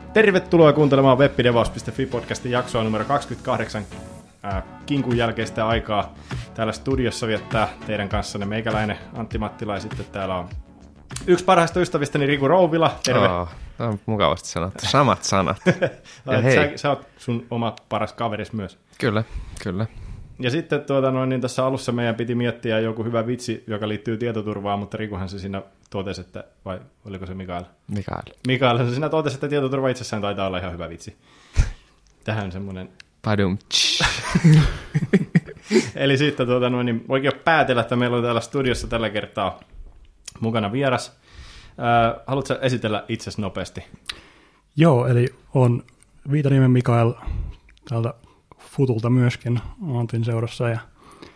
Tervetuloa kuuntelemaan webdevaus.fi-podcastin jaksoa numero 28. Kinkun jälkeistä aikaa täällä studiossa viettää teidän kanssanne meikäläinen Antti Mattila ja sitten täällä on yksi parhaista ystävistäni Riku Rouvila. Terve. Tämä on mukavasti sanottu. Samat sanat. Ja hei. Sä oot sun oma paras kaveris myös. Kyllä, kyllä. Ja sitten niin tässä alussa meidän piti miettiä joku hyvä vitsi, joka liittyy tietoturvaan, mutta Rikuhan se siinä totesi, että, vai oliko se Mikael? Mikael, se siinä totesi, että tietoturva itsessään taitaa olla ihan hyvä vitsi. Tähän on semmoinen... Eli sitten niin voikin jo päätellä, että meillä on täällä studiossa tällä kertaa mukana vieras. Haluatko esitellä itsesi nopeasti? Joo, eli on Viitaniemen Mikael täältä Futulta myöskin Antin seurassa ja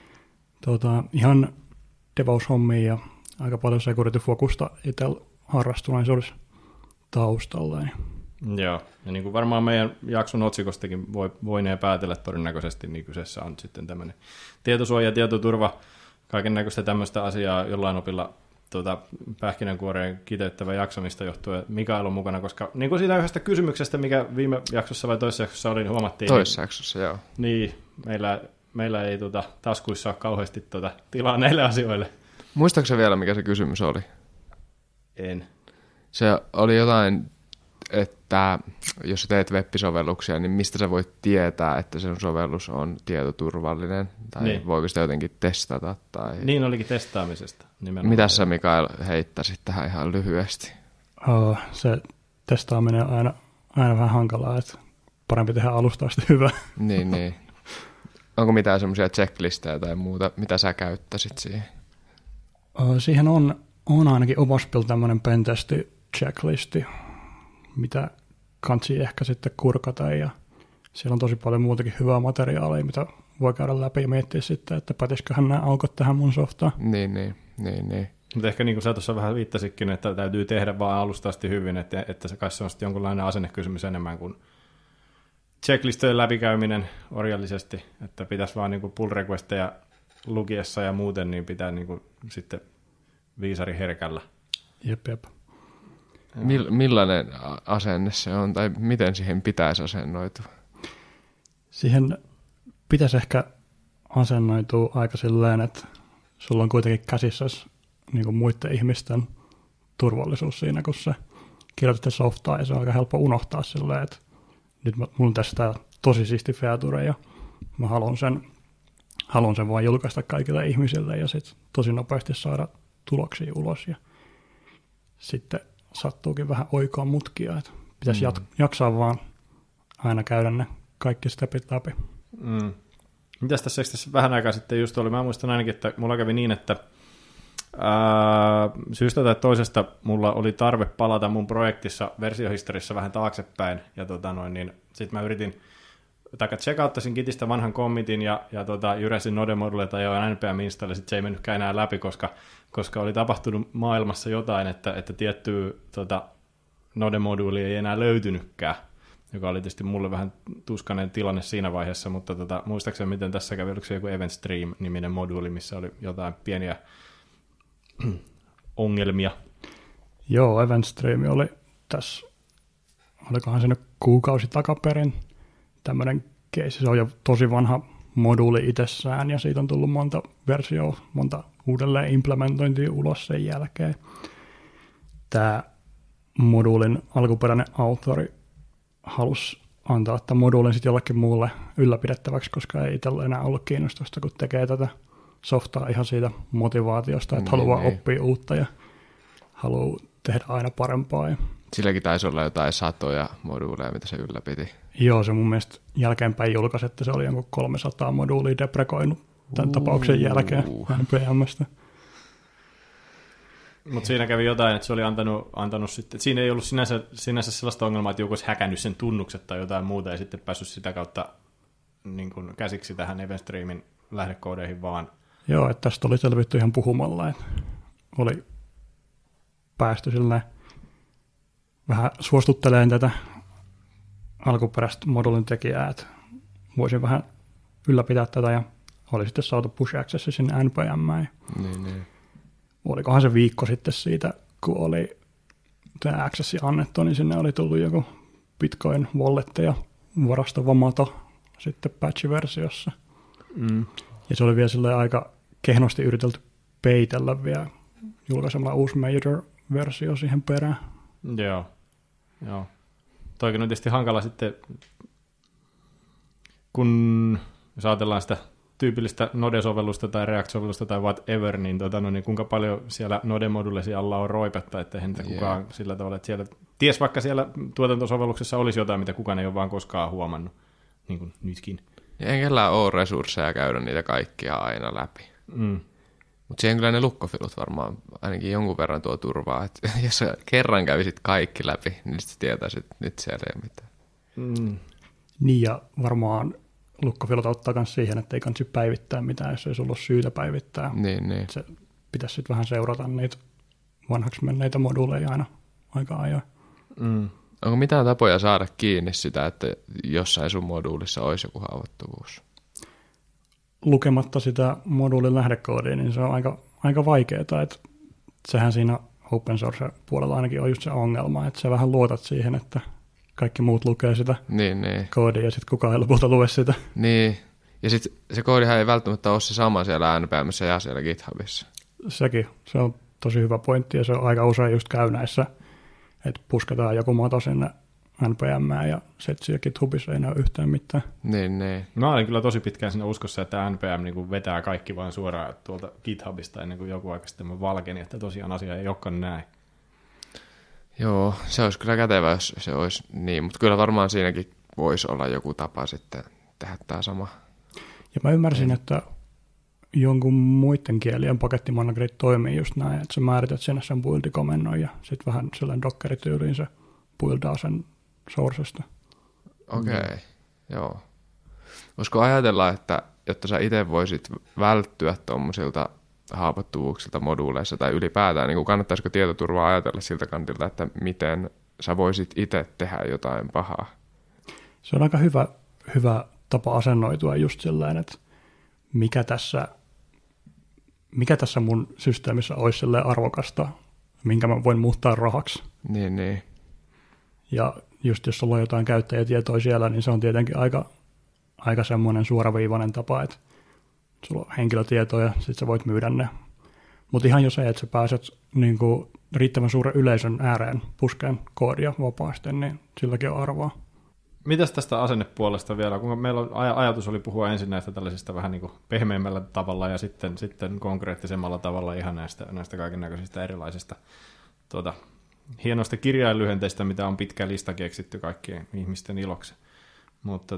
ihan DevOps-hommia ja aika paljon security-fokusta itsellä harrastuneisuudessa taustalla. Joo, ja niin kuin varmaan meidän jakson otsikostakin voineen päätellä todennäköisesti, niin kyseessä on sitten tämmöinen tietosuoja, tietoturva, kaiken näköistä tämmöistä asiaa jollain opilla pähkinänkuoreen kiteyttävä jaksamista johtuen Mikael on mukana, koska niin kuin siitä yhdestä kysymyksestä, mikä viime jaksossa vai toisessa jaksossa oli, niin huomattiin. Toisessa jaksossa, joo. Niin, meillä ei taskuissa ole kauheasti tilaa näille asioille. Muistaaksä vielä, mikä se kysymys oli? En. Se oli jotain, että jos sä teet web-sovelluksia, niin mistä sä voit tietää, että se sovellus on tietoturvallinen? Tai niin. Voiko sitä jotenkin testata? Tai... Niin olikin testaamisesta. Nimenomaan. Mitä sä, Mikael, heittäisit tähän ihan lyhyesti? Se testaaminen on aina vähän hankalaa, että parempi tehdä alusta asti hyvä. Niin. Onko mitään semmoisia checklisteja tai muuta, mitä sä käyttäisit siihen? Siihen on ainakin Omospil tämmöinen pentesti checklisti, mitä kansi ehkä sitten kurkata, ja siellä on tosi paljon muutakin hyvää materiaalia, mitä voi käydä läpi ja miettiä sitten, että pätisiköhän nämä aukot tähän mun softaan. Niin. Mutta ehkä niin kuin sä tuossa vähän viittasitkin, että täytyy tehdä vaan alusta asti hyvin, että se kai se on sitten jonkunlainen asennekysymys enemmän kuin checklistojen läpikäyminen orjallisesti, että pitäisi vaan niin kuin pull requesteja lukiessa ja muuten, niin pitää niin kuin sitten viisari herkällä. Jep. Millainen asenne se on, tai miten siihen pitäisi asennoitua? Siihen pitäisi ehkä asennoitua aika silleen, että sulla on kuitenkin käsissä niin kuin muiden ihmisten turvallisuus siinä, kun sä kirjoitat softaa, ja se on aika helppo unohtaa silleen, että nyt mulla on tästä tosi siisti feature, ja mä haluan sen vaan julkaista kaikille ihmisille, ja sitten tosi nopeasti saada tuloksia ulos, ja sitten sattuukin vähän oikoa mutkia, että pitäisi jaksaa vaan aina käydä ne kaikki stepit läpi. Mitäs tässä vähän aikaa sitten just oli? Mä muistan ainakin, että mulla kävi niin, että syystä tai toisesta mulla oli tarve palata mun projektissa versiohistoriassa vähän taaksepäin, ja niin sitten mä yritin, checkouttasin Gitistä vanhan commitin ja jyräsin Node-moduleita ja npm-installe, sitten se ei mennytkään enää läpi, koska oli tapahtunut maailmassa jotain, että tiettyä Node-moduulia ei enää löytynytkään, joka oli tietysti mulle vähän tuskainen tilanne siinä vaiheessa, mutta muistaakseni miten tässä kävi, oliko se joku Event Stream-niminen moduuli, missä oli jotain pieniä ongelmia. Joo, Event Stream oli tässä, olikohan se nyt kuukausi takaperin, tämmöinen keissi. Se on jo tosi vanha moduuli itsessään, ja siitä on tullut monta versioa, monta uudelleen implementointia ulos sen jälkeen. Tämä moduulin alkuperäinen autori halusi antaa tämän moduulin sitten jollekin muulle ylläpidettäväksi, koska ei itsellä enää ollut kiinnostusta, kun tekee tätä softaa ihan siitä motivaatiosta, että haluaa oppia uutta ja haluaa tehdä aina parempaa. Silläkin taisi olla jotain satoja moduuleja, mitä se ylläpiti. Joo, se mun mielestä jälkeenpäin julkaisi, että se oli jonkun 300 moduulia deprekoinut tämän tapauksen jälkeen NPM:stä. Mutta siinä kävi jotain, että se oli antanut sitten, että siinä ei ollut sinänsä sellaista ongelmaa, että joku olisi häkännyt sen tunnukset tai jotain muuta ja sitten päässyt sitä kautta niin kuin käsiksi tähän Eventstreamin lähdekoodeihin vaan. Joo, että tästä oli selvitty ihan puhumalla, että oli päästy silleen vähän suostuttelemaan tätä alkuperäistä moduulin tekijää, että voisin vähän ylläpitää tätä ja oli sitten saatu push accessi sinne NPM:ään. Niin. Olikohan se viikko sitten siitä, kun oli tämä accessi annettu, niin sinne oli tullut joku Bitcoin-walletteja varastava mato sitten patch-versiossa. Ja se oli vielä silleen aika kehnosti yritelty peitellä vielä julkaisemalla uusi Major-versio siihen perään. Joo. Toikin on tietysti hankala sitten, kun jos ajatellaan sitä tyypillistä Node-sovellusta tai React-sovellusta tai whatever, niin, niin kuinka paljon siellä Node-modulesi alla on roipetta, ettei niitä kukaan sillä tavalla, että siellä, ties vaikka siellä tuotantosovelluksessa olisi jotain, mitä kukaan ei ole vaan koskaan huomannut, niin kuin nytkin. Ja ei kellään ole resursseja käydä niitä kaikkia aina läpi. Mutta siihen kyllä ne lukkofilut varmaan ainakin jonkun verran tuo turvaa, että jos sä kerran kävisit kaikki läpi, niin sitten tietäisit, että nyt siellä ei ole mitään. Niin, ja varmaan lukkofilut auttaa myös siihen, että ei kannata päivittää mitään, jos ei sulla ole syytä päivittää. Niin. Se pitäisi sitten vähän seurata niitä vanhaksi menneitä moduuleja aina aika ajoin. Onko mitään tapoja saada kiinni sitä, että jossain sun moduulissa olisi joku haavoittuvuus? Lukematta sitä moduulin lähdekoodia, niin se on aika vaikeaa, että sehän siinä open source puolella ainakin on just se ongelma, että sä vähän luotat siihen, että kaikki muut lukee sitä koodia ja sitten kukaan ei lopulta lue sitä. Niin, ja sitten se koodihan ei välttämättä ole se sama siellä NPM:ssä ja siellä GitHubissa. Sekin, se on tosi hyvä pointti ja se on aika usein just käy näissä, että pusketaan joku mato sinne NPM:ään ja Setsi ja GitHubissa ei näy yhtään mitään. Niin. Mä olin kyllä tosi pitkään siinä uskossa, että NPM niin kuin vetää kaikki vaan suoraan tuolta GitHubista ennen kuin joku aika sitten valkeni, että tosiaan asia ei olekaan näin. Joo, se olisi kyllä kätevä, jos se olisi niin, mutta kyllä varmaan siinäkin voisi olla joku tapa sitten tehdä tämä sama. Ja mä ymmärsin, että jonkun muiden kielien pakettimanagrit toimii just näin, että sä määrität sinne sen build-komennon ja sitten vähän sellainen dockerityyliin se buildaa sen sourcesta. Okei, joo. Voisiko ajatella, että jotta sä itse voisit välttyä tuommoisilta haavoittuvuuksilta moduuleissa tai ylipäätään, niin kannattaisiko tietoturvaa ajatella siltä kantilta, että miten sä voisit itse tehdä jotain pahaa? Se on aika hyvä tapa asennoitua just sellainen, että mikä tässä mun systeemissä olisi sellainen arvokasta, minkä mä voin muuttaa rahaksi. Niin. Ja just jos sulla on jotain käyttäjätietoa siellä, niin se on tietenkin aika semmoinen suoraviivainen tapa, että sulla on henkilötietoja, sit sä voit myydä ne. Mutta ihan jos ei, että sä pääset niinku riittävän suuren yleisön ääreen puskeen koodia vapaasti, niin silläkin on arvoa. Mitäs tästä asennepuolesta vielä? Kun meillä on ajatus oli puhua ensin näistä tällaisista vähän niin kuin pehmeämmällä tavalla ja sitten konkreettisemmalla tavalla ihan näistä kaikennäköisistä erilaisista hienoista kirjainlyhenteistä, mitä on pitkä lista keksitty kaikkien ihmisten iloksi. Mutta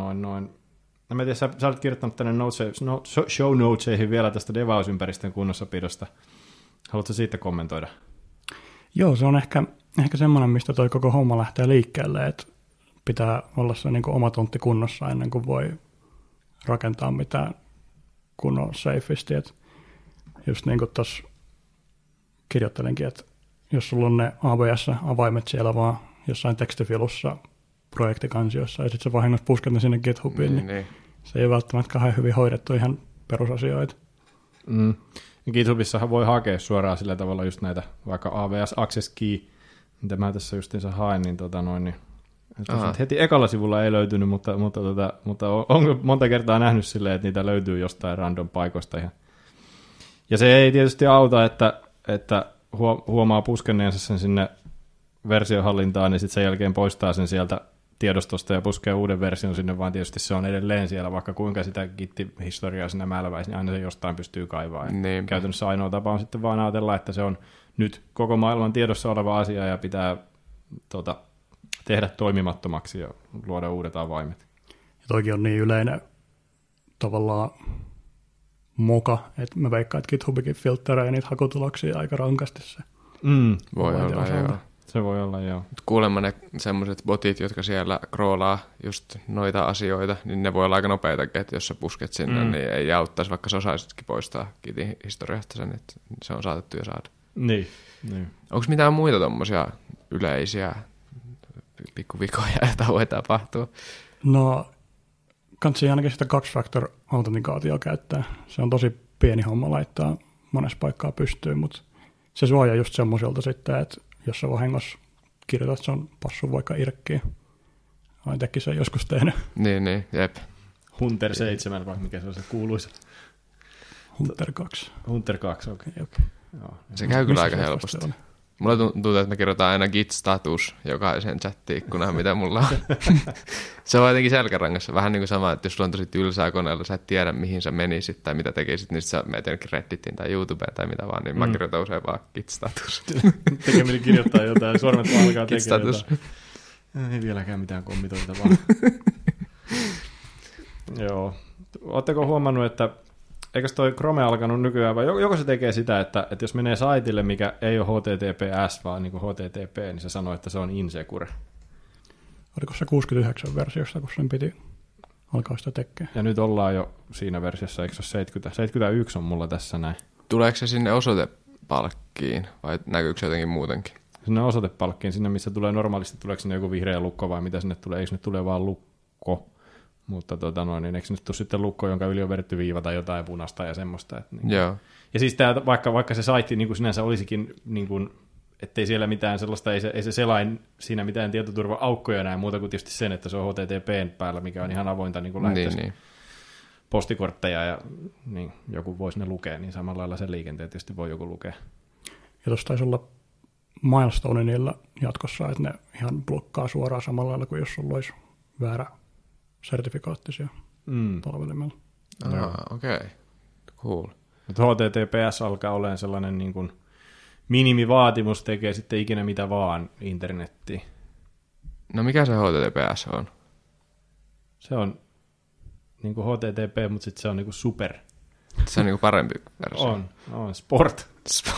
mä tiedän, sä olet kirjoittanut tänne show notesihin vielä tästä DevOps-ympäristön kunnossapidosta. Haluatko siitä kommentoida? Joo, se on ehkä semmoinen, mistä toi koko homma lähtee liikkeelle, että pitää olla se niin kuin oma tontti kunnossa ennen kuin voi rakentaa mitään kunnon safesti. Et just niin kuin tuossa kirjoittelinkin, että jos sulla on ne AWS-avaimet siellä vaan jossain tekstifilussa projektikansiossa ja sitten sä vahingossa pusket ne sinne GitHubiin, niin se ei ole välttämättä kauhean hyvin hoidettu ihan perusasioita. GitHubissahan voi hakea suoraan sillä tavalla just näitä, vaikka AWS Access Key, mitä mä tässä justiinsa haen, niin, heti ekalla sivulla ei löytynyt, mutta on monta kertaa nähnyt silleen, että niitä löytyy jostain random paikoista ihan. Ja se ei tietysti auta, että huomaa puskenneensa sen sinne versiohallintaan, niin sitten sen jälkeen poistaa sen sieltä tiedostosta ja puskee uuden version sinne, vaan tietysti se on edelleen siellä, vaikka kuinka sitä Git-historiaa sinä mälväisi, niin aina se jostain pystyy kaivaa. Käytännössä ainoa tapa on sitten vaan ajatella, että se on nyt koko maailman tiedossa oleva asia ja pitää tehdä toimimattomaksi ja luoda uudet avaimet. Ja toikin on niin yleinen tavallaan moka, että mä veikkaan, että GitHubikin filtteröi niitä hakutuloksia aika rankasti se. Voi olla, joo. Se voi olla, joo. Kuulemma ne semmoiset botit, jotka siellä kroolaa just noita asioita, niin ne voi olla aika nopeitakin, että jos sä pusket sinne, niin ei auttaisi, vaikka sä osaisitkin poistaa Gitin historiasta sen, että se on saatettu jo saada. Niin. Onko mitään muita tommosia yleisiä pikkuvikoja, joita voi tapahtua? No, kannattaa ainakin sitä 2-factor-autentikaatioa käyttää. Se on tosi pieni homma laittaa monessa paikkaa pystyyn, mutta se suojaa just semmoiselta sitten, että jos sä vahingossa kirjoitat, se on passu vaikka irkkiin. Olen tekin sen joskus tehnyt. Niin, jep. Hunter 7, vai mikä se on se kuuluisa? Hunter 2. Hunter 2, okei. Okay. Joo. Se käy kyllä Missä aika se helposti. oli? Mulla tuntuu, että me kirjoitetaan aina git-status jokaisen chat-ikkunaan, mitä mulla on. Se on jotenkin selkärangassa. Vähän niin kuin sama, että jos sulla on tosi tylsää koneella, sä et tiedä, mihin sä menisit tai mitä tekisit, niin sä menet jonnekin Redditiin tai YouTubeen tai mitä vaan, niin mä kirjoitan usein vaan git-status. Tekeminen kirjoittaa jotain, sormet vaan alkaa tekemään Git-status. jotain. Ei vieläkään mitään kommitoita vaan. Joo. Ootteko huomannut, että eikös toi Chrome alkanut nykyään, vai joko se tekee sitä, että jos menee saitille, mikä ei ole HTTPS, vaan niin kuin HTTP, niin se sanoo, että se on insecure. Oliko se 69 versiosta, kun sen piti alkaa sitä tekemään? Ja nyt ollaan jo siinä versiossa, eikö se ole 70? 71 on mulla tässä näin. Tuleeko se sinne osoitepalkkiin vai näkyykö se jotenkin muutenkin? Sinne osoitepalkkiin, sinne missä tulee normaalisti, tuleeko sinne joku vihreä lukko vai mitä sinne tulee? Eikö sinne tule vaan lukko? Mutta niin eikö sinne tule sitten lukko, jonka yli on vedetty viiva tai jotain punaista ja semmoista. Että niin. Joo. Ja siis tämä, vaikka se saitti niin kuin sinänsä olisikin, niin kuin, ettei siellä mitään sellaista, ei se selain siinä mitään tietoturva-aukkoja näin muuta kuin tietysti sen, että se on HTTPn päällä, mikä on ihan avointa, niin kuin lähettäisiin postikortteja ja niin, joku voisi ne lukea, niin samalla lailla sen liikenteen tietysti voi joku lukea. Ja tuossa taisi olla milestone niillä jatkossa, että ne ihan blokkaa suoraan samalla lailla kuin jos sulla olisi väärä sertifikaattisia palvelimella. Okei. Cool. Mutta HTTPS alkaa olemaan sellainen niin kuin minimivaatimus, tekee sitten ikinä mitä vaan internettiin. No mikä se HTTPS on? Se on niin kuin HTTP, mutta sitten se on niin kuin super. Se on niin kuin parempi versio. On sport.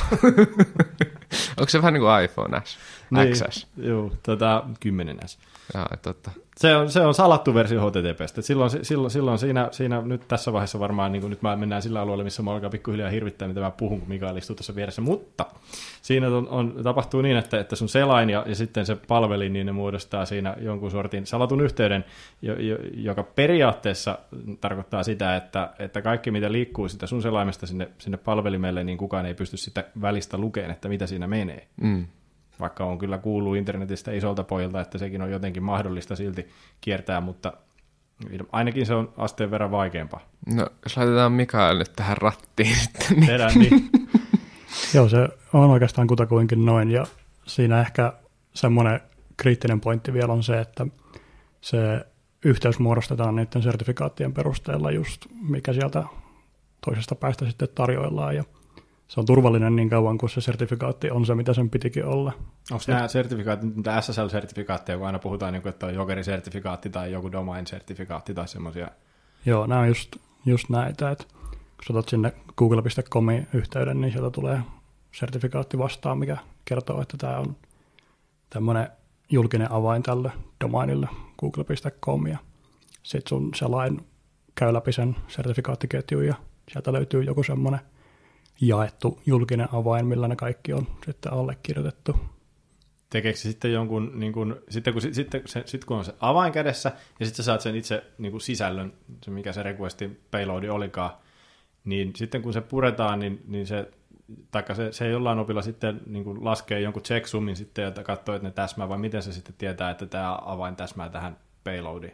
Onko se vähän niin kuin iPhone S? Niin, XS? joo, 10S. Jaa, totta. Se on salattu versio HTTPstä. Silloin siinä nyt tässä vaiheessa varmaan, niin nyt mennään sillä alueella, missä mä alkaa pikkuhiljaa hirvittää, mitä mä puhun, kun Mikael istuu tuossa vieressä. Mutta siinä tapahtuu niin, että sun selain ja sitten se palvelin, niin ne muodostaa siinä jonkun sortin salatun yhteyden, joka periaatteessa tarkoittaa sitä, että kaikki mitä liikkuu sitä sun selaimesta sinne palvelimelle, niin kukaan ei pysty sitä välistä lukeen, että mitä siinä menee. Vaikka on kyllä kuuluu internetistä isolta pojilta, että sekin on jotenkin mahdollista silti kiertää, mutta ainakin se on asteen verran vaikeampaa. No, jos laitetaan Mikael nyt tähän rattiin sitten. Tehdään niin. Joo, se on oikeastaan kutakuinkin noin, ja siinä ehkä semmoinen kriittinen pointti vielä on se, että se yhteys muodostetaan niiden sertifikaattien perusteella just, mikä sieltä toisesta päästä sitten tarjoillaan, ja se on turvallinen niin kauan, kun se sertifikaatti on se, mitä sen pitikin olla. Onko nämä sertifikaatit, mitä SSL-sertifikaatteja, kun aina puhutaan, että on Jokeri-sertifikaatti tai joku Domain-sertifikaatti tai semmoisia? Joo, nämä on just näitä, että kun otat sinne google.comin yhteyden, niin sieltä tulee sertifikaatti vastaan, mikä kertoo, että tämä on tämmöinen julkinen avain tälle domainille google.com, ja sitten sun selain käy läpi sen sertifikaattiketjun, ja sieltä löytyy joku semmoinen jaettu julkinen avain, millä ne kaikki on sitten allekirjoitettu. Tekeekö se sitten jonkun, niin kun, sitten kun on se avain kädessä, ja sitten sä saat sen itse niin kun sisällön, se mikä se requestin payloadi olikaan, niin sitten kun se puretaan, niin se jollain opilla sitten niin kun laskee jonkun checksummin sitten, ja katsoo, että ne täsmää, vai miten se sitten tietää, että tämä avain täsmää tähän payloadiin?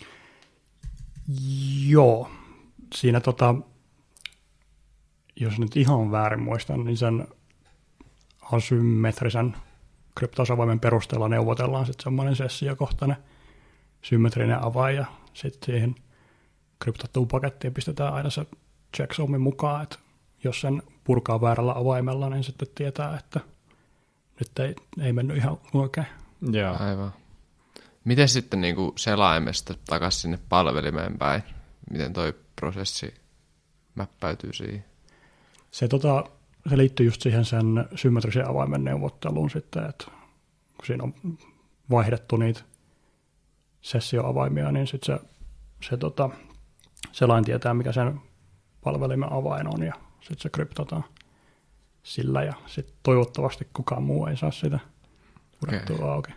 Joo, siinä jos nyt ihan väärin muistan, niin sen asymmetrisen kryptosavaimen perusteella neuvotellaan sitten semmoinen sessiokohtainen symmetrinen avain, ja sitten siihen kryptattuun pakettiin pistetään aina se checksummin mukaan, että jos sen purkaa väärällä avaimella, niin sitten tietää, että nyt ei mennyt ihan oikein. Joo. Aivan. Miten sitten niin kuin selaimesta takaisin sinne palvelimeen päin? Miten toi prosessi mäppäytyy siihen? Se liittyy just siihen sen symmetrisen avaimen neuvotteluun sitten, että kun siinä on vaihdettu niitä sessioavaimia, niin sitten se selain tietää, mikä sen palvelimen avain on, ja sitten se kryptataan sillä, ja sitten toivottavasti kukaan muu ei saa sitä purettua auki.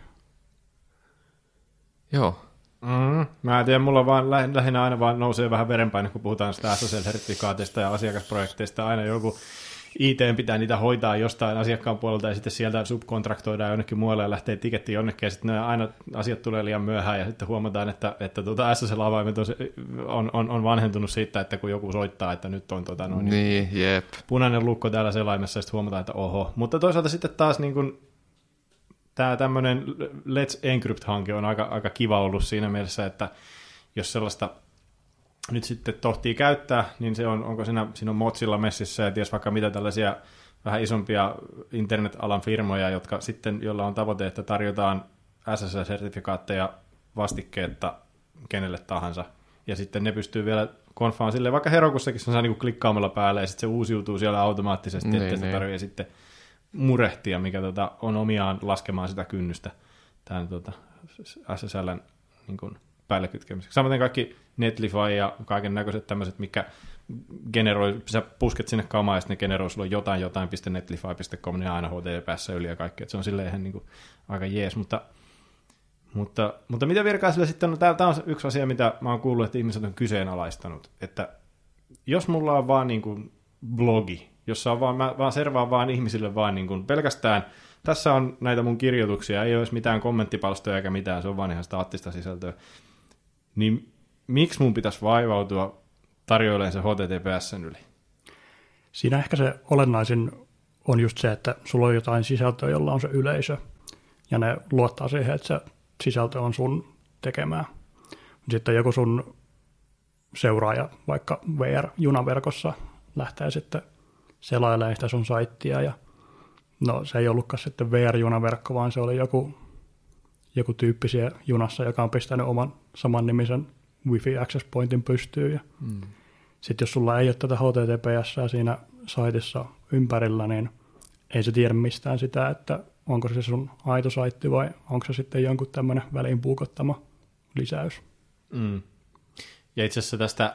Joo. Mä en tiedä, mulla vaan lähinnä aina vaan nousee vähän verenpaine, kun puhutaan sitä SSL-sertifikaatista ja asiakasprojekteista. Aina IT pitää niitä hoitaa jostain asiakkaan puolelta ja sitten sieltä subkontraktoidaan jonnekin muualle ja lähtee tiketti jonnekin ja sitten aina asiat tulee liian myöhään ja sitten huomataan, että SSL-avaimet on vanhentunut siitä, että kun joku soittaa, että nyt on niin, jep. punainen lukko täällä selaimessa ja sitten huomataan, että oho. Mutta toisaalta sitten taas niin kuin, tämä tämmöinen Let's Encrypt-hanke on aika kiva ollut siinä mielessä, että jos sellaista nyt sitten tohtii käyttää, niin se onko siinä on Mozilla messissä ja ties vaikka mitä tällaisia vähän isompia internet-alan firmoja, jotka sitten, joilla on tavoite, että tarjotaan SSL-sertifikaatteja vastikkeetta kenelle tahansa. Ja sitten ne pystyy vielä konfaan silleen, vaikka Herokussakin se saa niin kuin klikkaamalla päälle ja sitten se uusiutuu siellä automaattisesti, että se tarvitsee sitten murehtia, mikä on omiaan laskemaan sitä kynnystä tämän SSLn niin kuin päälle kytkemiseksi. Samaten kaikki Netlify ja kaiken näköiset tämmöiset, mikä generoi, sä pusket sinne kamaa ja sitten ne generoi sulla jotain.netlify.com, niin aina HTTPS yli ja kaikki, että se on silleen ihan niin kuin aika jees, mutta mitä virkaa sillä sitten on, tämä on yksi asia, mitä mä oon kuullut, että ihmiset on kyseenalaistanut, että jos mulla on vaan niin kuin blogi, jossa on mä vaan servaan vaan ihmisille vaan niin kuin pelkästään, tässä on näitä mun kirjoituksia, ei ole mitään kommenttipalstoja eikä mitään, se on vaan ihan staattista sisältöä, niin miksi mun pitäisi vaivautua tarjoilemaan se HTTPS:n yli? Siinä ehkä se olennaisin on just se, että sulla on jotain sisältöä, jolla on se yleisö, ja ne luottaa siihen, että se sisältö on sun tekemää. Sitten joku sun seuraaja vaikka VR-junaverkossa lähtee sitten selailemaan sitä sun saittia, ja no se ei ollutkaan sitten VR-junaverkko, vaan se oli joku tyyppi siellä junassa, joka on pistänyt oman samannimisen Wi-Fi access pointin pystyyn. Ja sitten jos sulla ei ole tätä HTTPS:ää siinä saitissa ympärillä, niin ei se tiedä mistään sitä, että onko se sun aito saitti vai onko se sitten jonkun tämmöinen väliin puukottama lisäys. Ja itse asiassa tästä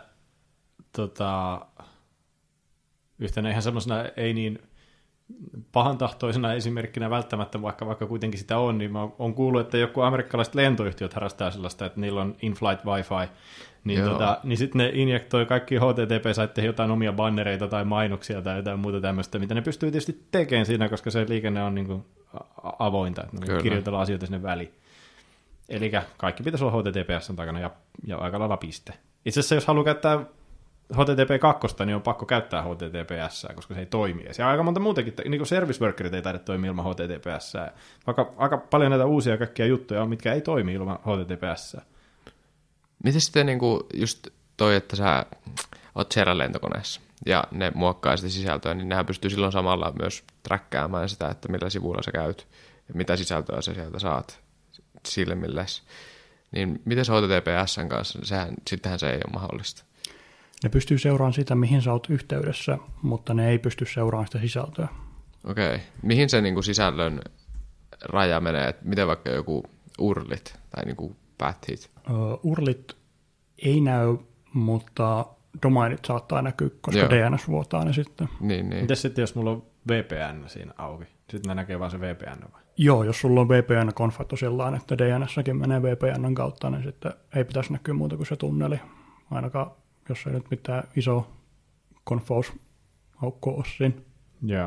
yhtenä ihan semmoisena ei niin pahantahtoisena esimerkkinä välttämättä, vaikka kuitenkin sitä on, niin mä oon kuullut, että joku amerikkalaiset lentoyhtiöt harrastaa sellaista, että niillä on in-flight wifi, niin sitten ne injektoi kaikki HTTP-saitteihin jotain omia bannereita tai mainoksia tai jotain muuta tämmöistä, mitä ne pystyy tietysti tekemään siinä, koska se liikenne on niin kuin avointa, että kirjoitellaan asioita sinne väliin. Eli kaikki pitäisi olla HTTPS:n takana ja aika lailla piste. Itse asiassa jos haluaa käyttää HTTP 2, niin on pakko käyttää HTTPS, koska se ei toimi. Ja aika monta muutakin, niin kuin service workerit ei taida toimia ilman HTTPS. Vaikka aika paljon näitä uusia kaikkia juttuja on, mitkä ei toimi ilman HTTPS. Miten sitten niin kuin just toi, että sä oot siellä lentokoneessa ja ne muokkaa sitä sisältöä, niin nehän pystyy silloin samalla myös trackkaamaan sitä, että millä sivuilla sä käyt ja mitä sisältöä sä sieltä saat silmilles. Niin miten se HTTPS:n kanssa, sittenhän se ei ole mahdollista. Ne pystyy seuraamaan sitä, mihin sä oot yhteydessä, mutta ne ei pysty seuraamaan sitä sisältöä. Okei. Mihin se niin kuin sisällön raja menee? Et miten vaikka joku URLit tai niin kuin pathit? URLit ei näy, mutta domainit saattaa näkyä, koska DNS vuotaa ne sitten. Niin. Mites sitten, jos mulla on VPN siinä auki? Sitten ne näkee vaan se VPN vai? Joo, jos sulla on VPN-konfattu sellainen, että DNS:kin menee VPN:n kautta, niin sitten ei pitäisi näkyä muuta kuin se tunneli. Ainakaan, jos ei nyt mitään iso konfausaukko ole siinä. Joo.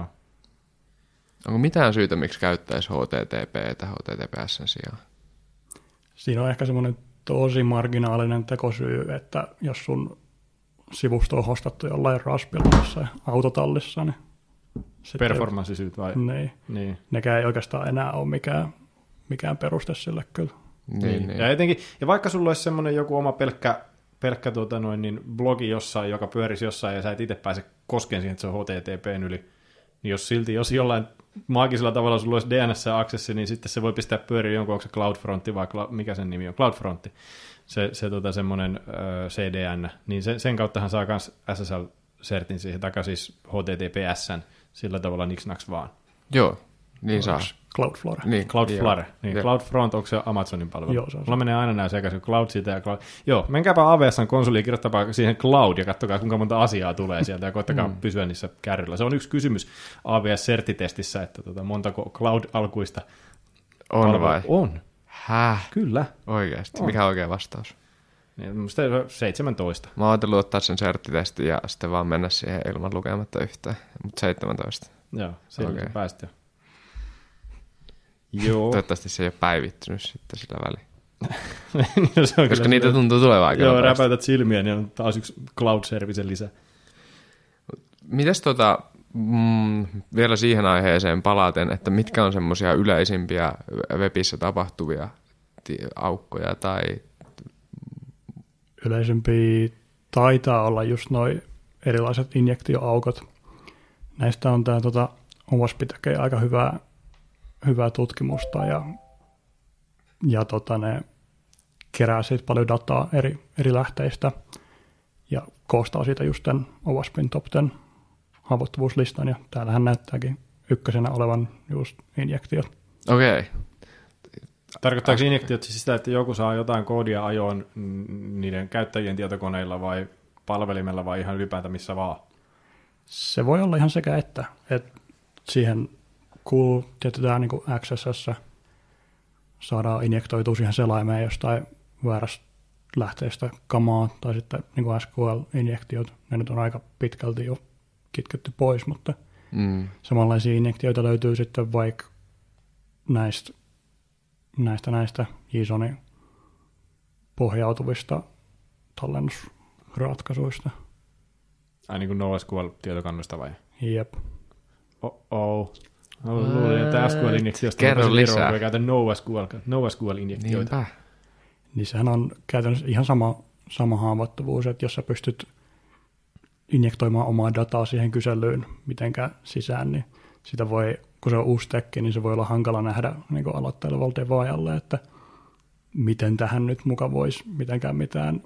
Onko mitään syytä, miksi käyttäisi HTTP tai HTTPS:n sijaan? Siinä on ehkä semmoinen tosi marginaalinen tekosyy, että jos sun sivusto on hostattu jollain Raspilla jossain autotallissa, niin performanssisyyt vai? Niin. Nekään ei oikeastaan enää ole mikään peruste sille kyllä. Niin. Ja etenkin, ja vaikka sulla olisi semmoinen joku oma pelkkä niin blogi jossain, joka pyörisi jossain, ja sä et itse pääse koskeen siihen, että se on HTTP:n yli, niin jos jollain maagisella tavalla sulla olisi DNS-aksessi, niin sitten se voi pistää pyöriä jonkun, onko se CloudFrontti vai mikä sen nimi on? CloudFrontti. Se semmoinen CDN, niin sen kauttahan saa myös SSL-sertin siihen, taikka siis HTTPS:n sillä tavalla niksnaks vaan. Joo, niin saa. Cloudflare. Niin, Cloudflare. Niin. CloudFront, onko se Amazonin palvelu? Joo, se on. Mulla menee aina näin sekaisin, Cloud siitä ja Cloud. Joo, menkääpä AWS:n konsoliin, kirjoittakaa siihen Cloud ja katsokaa, kuinka monta asiaa tulee sieltä ja koittakaa pysyä niissä kärryillä. Se on yksi kysymys AWS-sertitestissä, että montako Cloud-alkuista on vai? On. Häh? Kyllä. Oikeasti. On. Mikä on oikea vastaus? Niin, musta 17. Mä oon ajatellut ottaa sen serttitestin ja sitten vaan mennä siihen ilman lukematta yhtään, mutta 17. Joo, silloin Okei. se päästi jo. Joo. Toivottavasti se ei ole päivittynyt sitten sillä väliin. No, se on Koska kyllä niitä tuntuu tulevan aika Joo, nopeasti. räpäytät silmiä, niin on taas yksi cloud-servicen lisä. Mites vielä siihen aiheeseen palaten, että mitkä on semmoisia yleisimpiä webissä tapahtuvia aukkoja tai... Yleisempi taitaa olla just noi erilaiset injektioaukot. Näistä on tämä OWASP tekee aika hyvää tutkimusta ja ne kerää siitä paljon dataa eri lähteistä ja koostaa siitä just tämän OWASPin top 10 haavoittuvuuslistan ja täällähän näyttääkin ykkösenä olevan just injektiot. Okei. Tarkoittaako injektiot siis sitä, että joku saa jotain koodia ajoon niiden käyttäjien tietokoneilla vai palvelimella vai ihan ylipäätään missä vaan? Se voi olla ihan sekä että siihen kuuluu tietysti niin kuin XSS saadaan injektoitua siihen selaimeen jostain väärästä lähteestä kamaa tai sitten niin kuin SQL-injektiot. Ne nyt on aika pitkälti jo kitketty pois, mutta samanlaisia injektioita löytyy sitten vaikka näistä JSONin pohjautuvista tallennusratkaisuista. Ai niin kuin NoSQL-tietokannosta vai? Jep. Luulin, että SQL-injektiosta Kerro lisää. Kun käytän NoSQL-injektioita. Niinpä. Niin sehän on käytännössä ihan sama haavoittuvuus, että jos sä pystyt injektoimaan omaa dataa siihen kyselyyn mitenkään sisään, niin sitä voi, kun se on uusi tekki, niin se voi olla hankala nähdä niin aloittelevalle devaajalle, että miten tähän nyt muka voisi mitenkään mitään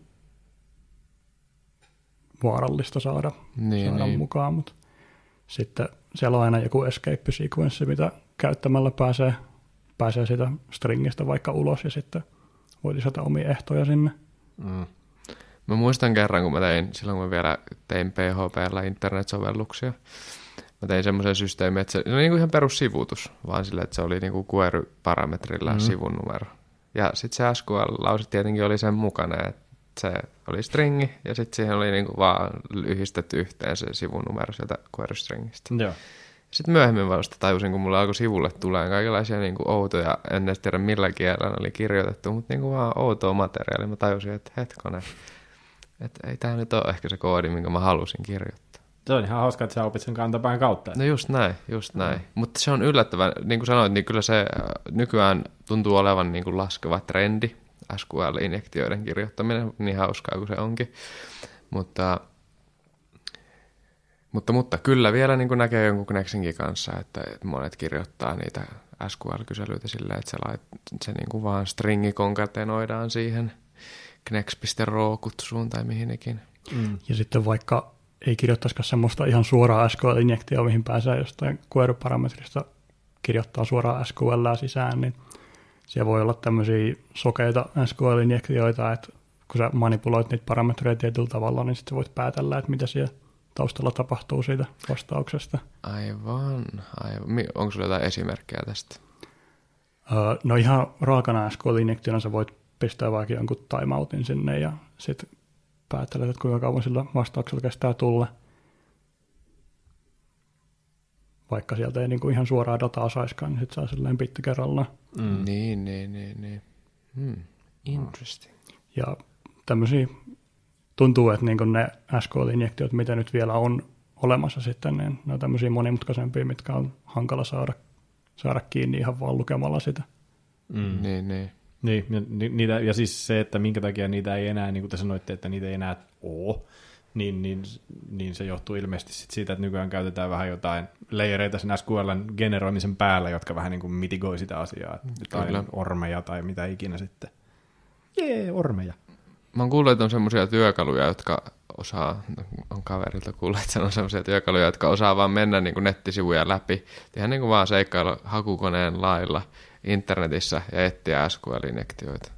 vaarallista saada mukaan, mutta sitten siellä on aina joku escape sequence, mitä käyttämällä pääsee siitä stringistä vaikka ulos ja sitten voi lisätä omia ehtoja sinne. Mä muistan kerran, kun silloin kun mä vielä tein PHP:llä internet-sovelluksia, mä tein semmoisen systeemin, että se oli niinku ihan perussivutus, vaan sille, että se oli niinku query-parametrillä sivun numero. Ja sitten se SQL-lause tietenkin oli sen mukana, että se oli stringi, ja sitten siihen oli niinku vaan yhdistetty yhteen se sivun numero sieltä query-stringistä. Joo. Sitten myöhemmin vasta tajusin, kun mulla alkoi sivulle tulee kaikenlaisia niinku outoja, en edes tiedä millä kielellä oli kirjoitettu, mutta niinku vaan outoa materiaalia. Mä tajusin, että hetkonen, että ei tämä nyt ole ehkä se koodi, minkä mä halusin kirjoittaa. Se on ihan hauska, että sä opit sen kantapään kautta. No just näin. Mutta se on yllättävän, niin kuin sanoit, niin kyllä se nykyään tuntuu olevan niin kuin laskeva trendi, SQL-injektioiden kirjoittaminen, niin hauskaa kuin se onkin. Mutta kyllä vielä niin kuin näkee jonkun Knexinkin kanssa, että monet kirjoittaa niitä SQL-kyselyitä sillä, että se niin kuin vaan stringi konkatenoidaan siihen knex.ro-kutsuun tai mihinkin. Ja sitten vaikka ei kirjoittaisikaan semmoista ihan suoraa SQL-injektioa, mihin pääsee jostain query-parametrista kirjoittaa suoraan SQL sisään, niin siellä voi olla tämmöisiä sokeita SQL-injektioita, että kun sä manipuloit niitä parametreja tietyllä tavalla, niin sitten voit päätellä, että mitä siellä taustalla tapahtuu siitä vastauksesta. Aivan. Onko sulla jotain esimerkkejä tästä? No ihan raakana SQL-injektiona sä voit pistää vaikka jonkun timeoutin sinne ja sitten päättelet, että kuinka kauan sillä vastauksella kestää tulla. Vaikka sieltä ei niinku ihan suoraa dataa saiskaan, niin sitten saa silleen bitti kerrallaan. Niin. Interesting. Ja tämmöisiä tuntuu, että niinku ne SQL-injektiot, mitä nyt vielä on olemassa sitten, niin ne on tämmöisiä monimutkaisempia, mitkä on hankala saada kiinni ihan vaan lukemalla sitä. Niin, ja siis se, että minkä takia niitä ei enää, niin kuin te sanoitte, että niitä ei enää ole, niin se johtuu ilmeisesti siitä, että nykyään käytetään vähän jotain layereita sen SQL:n generoimisen päällä, jotka vähän niin kuin mitigoi sitä asiaa, tai ormeja tai mitä ikinä sitten. Ormeja. Mä oon kuullut, että on semmoisia työkaluja, jotka on kaverilta kuullut, että on semmoisia työkaluja, jotka osaa vaan mennä niin kuin nettisivuja läpi, tehdä niin kuin vaan seikkailla hakukoneen lailla internetissä ja etsiä SQL-injektioita.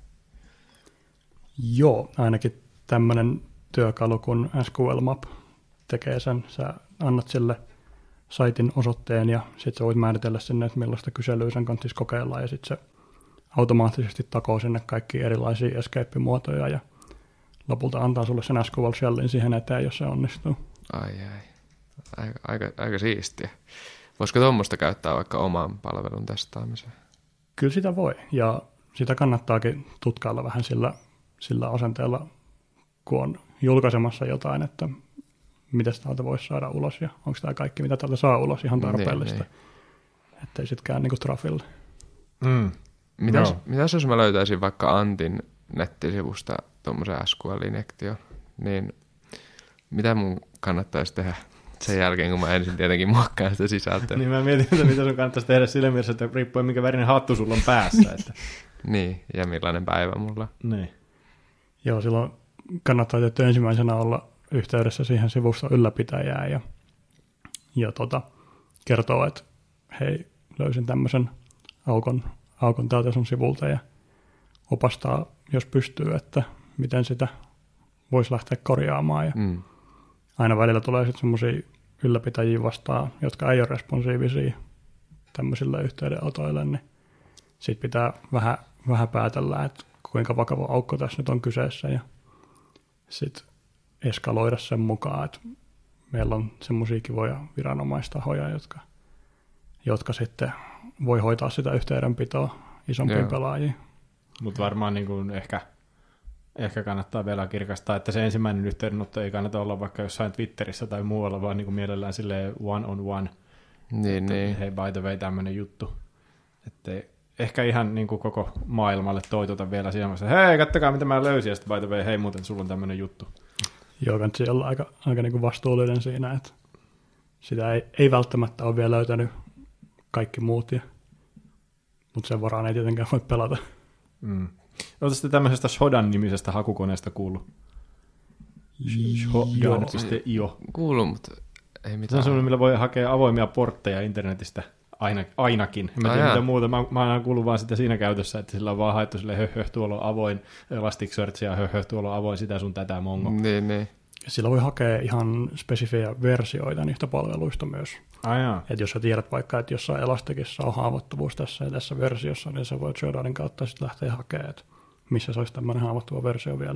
Joo, ainakin tämmöinen työkalu kun SQL Map tekee sen. Sä annat sille saitin osoitteen ja sitten sä voit määritellä sinne, että millaista kyselyä sen kannattaisi kokeilla ja sitten se automaattisesti takoo sinne kaikki erilaisia escape-muotoja ja lopulta antaa sulle sen SQL shellin siihen eteen, jos se onnistuu. Ai. Aika siistiä. Voisiko tuommoista käyttää vaikka oman palvelun testaamiseen? Kyllä sitä voi, ja sitä kannattaakin tutkailla vähän sillä asenteella, kun on julkaisemassa jotain, että mitä täältä voisi saada ulos, ja onko tämä kaikki, mitä täältä saa ulos, ihan tarpeellista. Niin. Ettei sitten käy niin kuin trafille. Mitäs jos mä löytäisin vaikka Antin nettisivusta tuommoisen SQL-injektion, niin mitä mun kannattaisi tehdä sen jälkeen, kun mä ensin tietenkin muokkaan sitä sisältöä? Niin mä mietin, että mitä sun kannattaisi tehdä sillä mielessä, että riippuen minkä värinen hattu sulla on päässä. Että. Niin, ja millainen päivä mulla. Niin. Joo, silloin kannattaa tietysti ensimmäisenä olla yhteydessä siihen sivuston ylläpitäjään ja kertoo, että hei, löysin tämmöisen aukon täältä sun sivulta ja opastaa, jos pystyy, että miten sitä voisi lähteä korjaamaan. Ja aina välillä tulee sitten semmoisia ylläpitäjiä vastaan, jotka ei ole responsiivisia tämmöisillä yhteydenotoille, niin sitten pitää vähän päätellä, että kuinka vakava aukko tässä nyt on kyseessä ja sitten eskaloida sen mukaan, että meillä on semmoisia kivoja viranomaistahoja, jotka sitten voi hoitaa sitä yhteydenpitoa isompiin pelaajiin. Mutta varmaan niin kuin ehkä kannattaa vielä kirkastaa, että se ensimmäinen yhteydenotto ei kannata olla vaikka jossain Twitterissä tai muualla, vaan niin kuin mielellään silleen one-on-one. Niin. Hei, by the way, tämmöinen juttu. Että ehkä ihan niin kuin koko maailmalle toitota vielä siinä vaiheessa, hei, kattokaa mitä mä löysin, ja sitten by the way, hei muuten, sulla on tämmöinen juttu. Joo, kannattaa olla aika niin kuin vastuullinen siinä, että sitä ei välttämättä ole vielä löytänyt kaikki muut, mutta sen varaan ei tietenkään voi pelata. Oletko sitten tämmöisestä Shodan-nimisestä hakukoneesta kuullut? Shodan.io. Kuullut, mutta ei mitään. Se on semmoinen, millä voi hakea avoimia portteja internetistä ainakin. En tiedä mitä muuta. Mä oon kuullut vaan sitä siinä käytössä, että sillä on vaan haettu silleen tuolla on avoin Elasticsearch ja tuolla on avoin sitä sun tätä mongo. Niin. Sillä voi hakea ihan spesifejä versioita niistä palveluista myös. Että jos sä tiedät vaikka, että jossain Elasticissa on haavoittuvuus tässä ja tässä versiossa, niin sä voit Shodanin kautta sitten lähteä hakemaan, että missä se olisi tämmöinen haavoittuva versio vielä.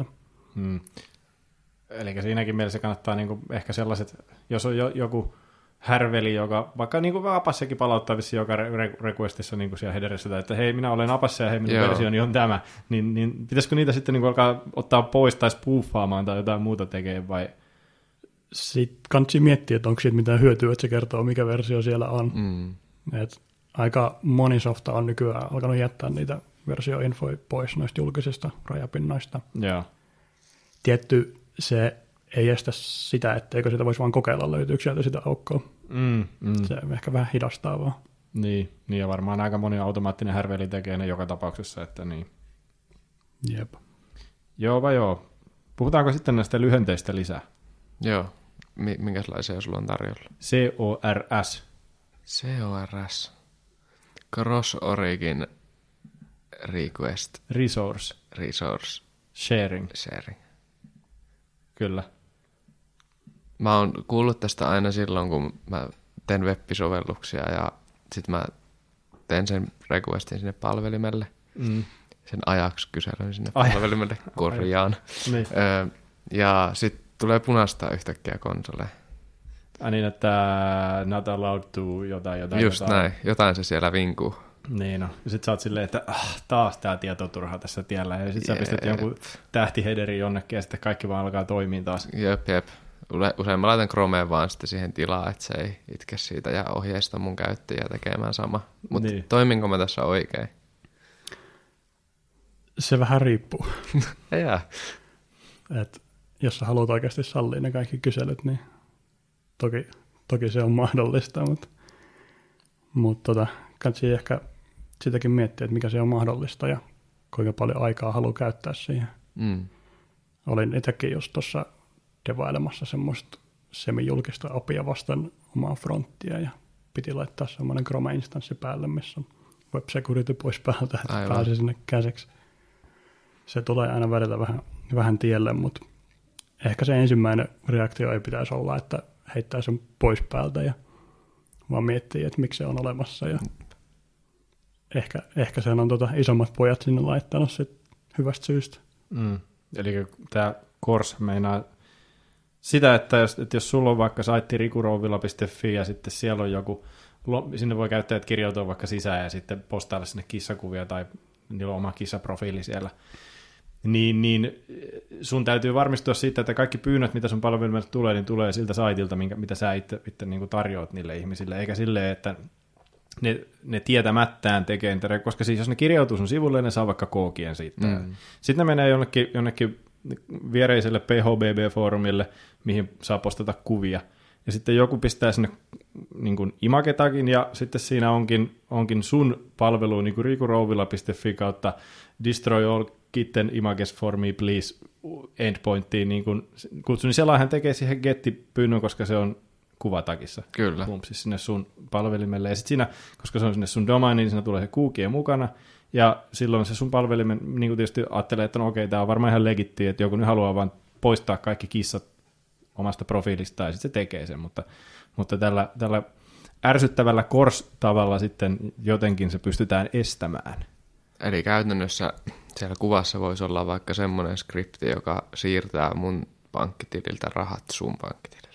Eli siinäkin mielessä kannattaa niinku ehkä sellaiset, jos on joku härveli, joka vaikka niinku Apassakin palauttaa vissiin joka requestissa niinku siellä headerissä, että hei, minä olen Apassa ja hei, minun versioni on tämä, niin pitäisikö niitä sitten niinku alkaa ottaa pois tai spoofaamaan tai jotain muuta tekee vai? Sitten kannattaa miettiä, että onko siitä mitään hyötyä, että se kertoo, mikä versio siellä on. Et aika moni softa on nykyään alkanut jättää niitä versioinfoja pois noista julkisista rajapinnoista. Joo. Tietty se ei estä sitä, etteikö sitä voisi vaan kokeilla, löytyykö sieltä sitä aukkoa. Se ehkä vähän hidastaa vaan. Niin, ja varmaan aika moni automaattinen härveli tekee ne joka tapauksessa, että niin. Jep. Joo. Puhutaanko sitten näistä lyhenteistä lisää? Joo. Minkälaisia sulla on tarjolla? CORS. CORS. Cross Origin Request. Resource. Sharing. Kyllä. Mä oon kuullut tästä aina silloin, kun mä teen web-sovelluksia ja sit mä teen sen requestin sinne palvelimelle. Sen ajaksi kyselyn sinne palvelimelle, korjaan. Niin. Ja sit tulee punaista yhtäkkiä konsoleen. Niin, että not allowed to jotain. Just näin, jotain se siellä vinkuu. Niin no. Ja sit sä oot silleen, että taas tää tietoturha tässä tiellä. Ja sit sä pistät jonkun tähtihederi jonnekin ja sitten kaikki vaan alkaa toimia taas. Jep. Usein mä laitan Chromeen vaan sitten siihen tilaa, että se ei itke siitä ja ohjeista mun käyttäjiä tekemään sama. Mutta toiminko mä tässä oikein? Se vähän riippuu. Et jos sä haluat oikeasti sallia ne kaikki kyselyt, niin toki se on mahdollista, mutta kannattaa ehkä sitäkin miettiä, että mikä se on mahdollista ja kuinka paljon aikaa haluaa käyttää siihen. Olin itsekin just tuossa devailemassa semmoista semi-julkista apia vastaan omaa fronttia ja piti laittaa semmoinen Chrome-instanssi päälle, missä on web security pois päältä, että pääsi sinne käsiksi. Se tulee aina välillä vähän tielle, mutta ehkä se ensimmäinen reaktio ei pitäisi olla, että heittää sen pois päältä ja vaan miettii, että miksi se on olemassa. Ja ehkä sen on isommat pojat sinne laittanut sit hyvästä syystä. Eli tämä Kors meinaa sitä, että jos sulla on vaikka saitti rikurouvila.fi ja sitten siellä on joku, sinne voi käyttäjät kirjautua vaikka sisään ja sitten postailla sinne kissakuvia tai niillä on oma kissaprofiili siellä, niin sun täytyy varmistua siitä, että kaikki pyynnöt, mitä sun palvelimelle tulee, niin tulee siltä saitilta, mitä sä itse niin kuin tarjoat niille ihmisille, eikä silleen, että ne tietämättään tekee, koska siis jos ne kirjautuu sun sivulle, ne saa vaikka kookien siitä. Sitten ne menee jonnekin viereiselle PHBB-foorumille, mihin saa postata kuvia. Ja sitten joku pistää sinne niin kuin imaketagin, ja sitten siinä onkin sun palvelu niin kuin rikurouvila.fi kautta destroy all kitten images for me please endpointtiin niin kutsun, niin sellaihän tekee siihen getti-pyynnön, koska se on kuvatagissa. Kyllä. Siis sinne sun palvelimelle. Ja sitten siinä, koska se on sinne sun domain, niin siinä tulee se kuukien mukana. Ja silloin se sun palvelimen niin kuin tietysti ajattelee, että no okei, tämä on varmaan ihan legittiä, että joku nyt haluaa vaan poistaa kaikki kissat omasta profiilista, ja sitten se tekee sen. Mutta tällä ärsyttävällä Kors-tavalla sitten jotenkin se pystytään estämään. Eli käytännössä siellä kuvassa voisi olla vaikka semmoinen skripti, joka siirtää mun pankkitililtä rahat sun pankkitilille.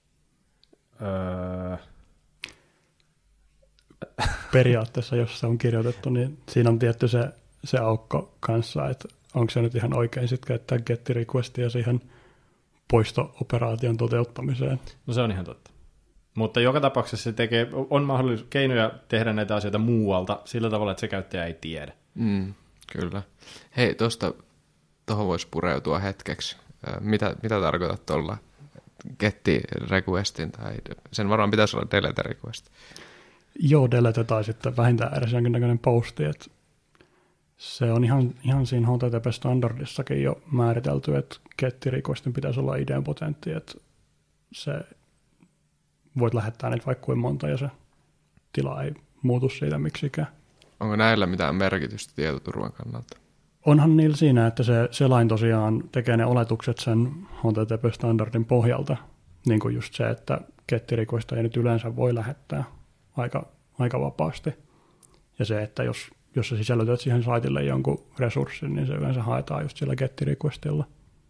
Periaatteessa, jos se on kirjoitettu, niin siinä on tietty se aukko kanssa, että onko se nyt ihan oikein sitten käyttää get-requestia siihen poisto-operaation toteuttamiseen. No se on ihan totta. Mutta joka tapauksessa se on keinoja tehdä näitä asioita muualta sillä tavalla, että se käyttäjä ei tiedä. Kyllä. Hei, tuohon voisi pureutua hetkeksi. Mitä tarkoitat tuolla get-requestin? Tai sen varmaan pitäisi olla delete-request. Joo, delete tai sitten vähintään edes jonkinnäköinen posti. Että se on ihan siinä HTTP-standardissakin jo määritelty, että get-requestin pitäisi olla idempotentti, että se voit lähettää niitä vaikka kuin monta ja se tila ei muutu siitä miksikään. Onko näillä mitään merkitystä tietoturvan kannalta? Onhan niillä siinä, että se selain tosiaan tekee ne oletukset sen HTTP-standardin pohjalta, niin kuin just se, että get-requesta ei nyt yleensä voi lähettää aika vapaasti. Ja se, että jos sä sisällytät siihen saitille jonkun resurssin, niin se yleensä haetaan just sillä get-requestilla.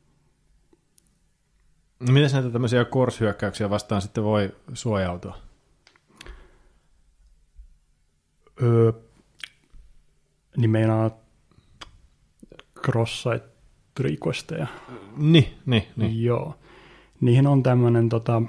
Miten näitä tämmöisiä Kors-hyökkäyksiä vastaan sitten voi suojautua? Niin meinaa cross-site requesteja. Niin. Joo. Niihin on tämmöinen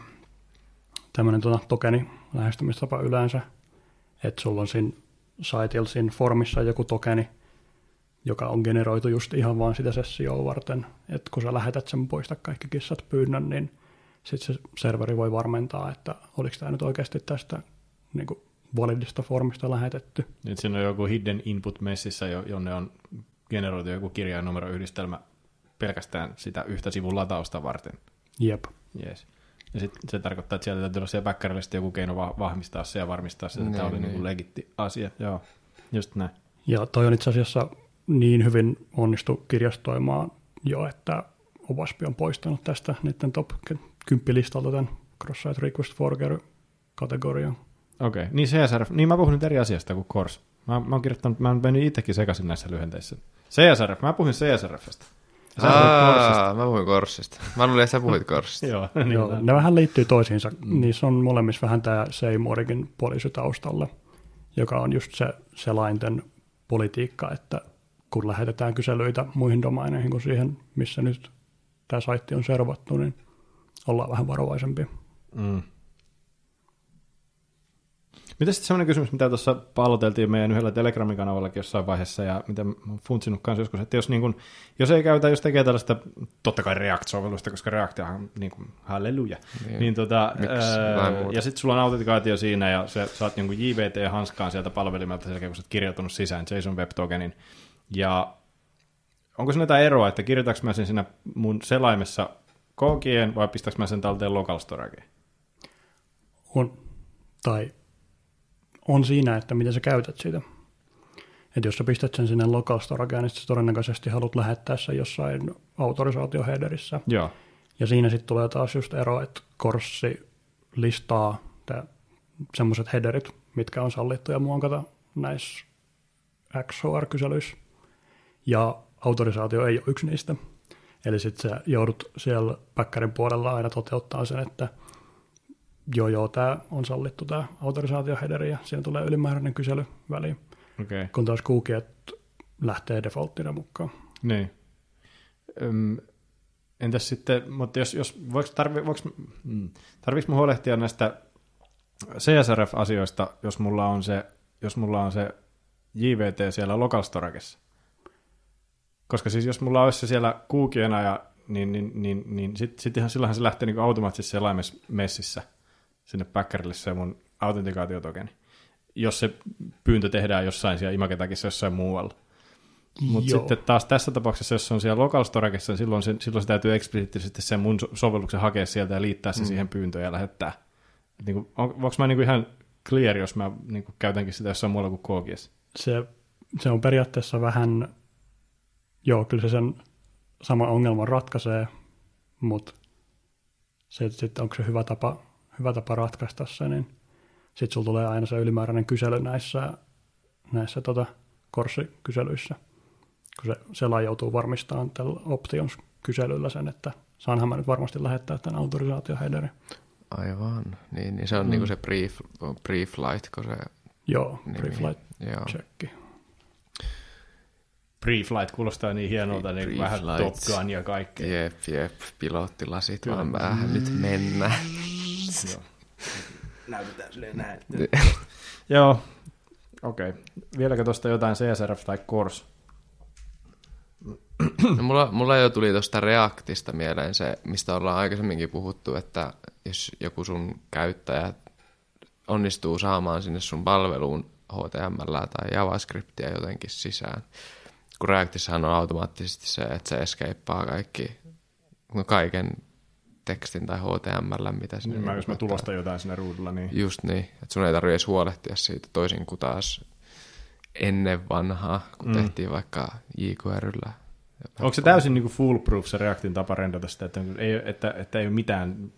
tokeni lähestymistapa yleensä, että sulla on siinä saitilla, siinä formissa joku tokeni, joka on generoitu just ihan vaan sitä sessioa varten, että kun sä lähetät sen poista kaikki kissat pyynnön, niin sitten se serveri voi varmentaa, että oliko tämä nyt oikeasti tästä niin kuin validista formista lähetetty. Nyt siinä on joku hidden input messissä, jonne on generoitu joku kirjainumeroyhdistelmä pelkästään sitä yhtä sivun latausta varten. Jep. Yes. Ja sitten se tarkoittaa, että sieltä täytyy olla siellä backerille joku keino vahvistaa se ja varmistaa se, että tämä oli niin kuin legitti asia. Joo, just näin. Ja toi on itse asiassa niin hyvin onnistu kirjastoimaan jo, että OWASP on poistanut tästä niiden top 10 listalta tämän Cross-Site Request Forger-kategorian. Okei, niin CSRF, niin mä puhun nyt eri asiasta kuin Kors. Mä oon kirjoittanut, mä menin itsekin sekaisin näissä lyhenteissä. CSRF, mä puhuin CSRFstä. Mä puhuin Korsista. Mä luulin, että sä puhuit Korsista. Joo, ne vähän liittyy toisiinsa. Niissä on molemmissa vähän tämä Seymourikin poliisi taustalla, joka on just se selainten politiikka, että kun lähetetään kyselyitä muihin domaineihin kuin siihen, missä nyt tämä saitti on servattu, niin ollaan vähän varovaisempia. Mitä sitten sellainen kysymys, mitä tuossa palloteltiin meidän yhdellä Telegramin kanavallakin jossain vaiheessa, ja mitä mä oon funtsinut kanssa joskus, että jos ei käytä, jos tekee tällaista, totta kai React-sovellusta, koska React on niin kuin halleluja, niin ja sitten sulla on autentikaatio siinä, ja saat jonkun JVT-hanskaan sieltä palvelimelta selkeä, kun sä oot kirjoittanut sisään JSON Web-tokenin, ja onko siinä jotain eroa, että kirjoitanko mä sen siinä mun selaimessa kookien, vai pistäks mä sen talteen local storageen? On siinä, että miten sä käytät sitä. Että jos sä pistät sen sinne local storageen, niin sä todennäköisesti haluat lähettää sen jossain autorisaatioheaderissä. Joo. Ja siinä sitten tulee taas just ero, että Korssi listaa semmoiset headerit, mitkä on sallittuja muokata näissä XOR-kyselyissä. Ja autorisaatio ei ole yksi niistä. Eli sitten sä joudut siellä päkkärin puolella aina toteuttaa sen, että joo, tämä on sallittu tämä autorisaatioheaderi ja siinä tulee ylimääräinen kysely väliin. Okay. Kun taas QGet lähtee defaulttina mukaan. Niin. Entäs sitten, mutta tarviiko mun huolehtia näistä CSRF-asioista, jos mulla on se JVT siellä local storageissa? Koska siis jos mulla olisi se siellä QG:na, niin sittenhän silloinhan se lähtee niin automaattisesti selaimessa sinne backerille se mun autentikaatiotokeni, jos se pyyntö tehdään jossain siellä Imagetakissa jossain muualla. Mutta sitten taas tässä tapauksessa, jos se on siellä local storagessa, niin silloin se täytyy eksplisiittisesti sen mun sovelluksen hakea sieltä ja liittää se siihen pyyntöön ja lähettää. Niin onko mä niin ihan clear, jos mä niin käytänkin sitä jossain muualla kuin KGS? Se on periaatteessa vähän, kyllä se sen sama ongelman ratkaisee, mutta sitten onko se hyvä tapa ratkaista se, niin sitten sulla tulee aina se ylimääräinen kysely näissä Corsi-kyselyissä, kun se selaaja joutuu varmistamaan tällä options-kyselyllä sen, että saanhan mä nyt varmasti lähettää tämän autorisaatioheaderin. Aivan, niin se on niinku se pre-flight, kun se... Joo, pre-flight checki. Pre-flight kuulostaa niin hienolta, niin vähän Top Gun ja kaikkea. Jep, pilottilasit vaan vähän nyt mennä. Joo. Näytetään silleen näin. Joo, okei. Vieläkö tuosta jotain CSRF tai Cors? No, mulla jo tuli tuosta Reactista mieleen se, mistä ollaan aikaisemminkin puhuttu, että jos joku sun käyttäjä onnistuu saamaan sinne sun palveluun HTML tai JavaScriptia jotenkin sisään, kun Reactissahan on automaattisesti se, että se escapea kaiken tekstin tai HTML, mitä sinne... Niin, jos mä tulostan jotain sinne ruudulla, niin... Just niin, että sun ei tarvitse edes huolehtia siitä toisin kuin taas ennen vanhaa, kun tehtiin vaikka jQueryllä. Onko se täysin niin kuin foolproof se Reactin tapa rendata sitä, että ei ole mitään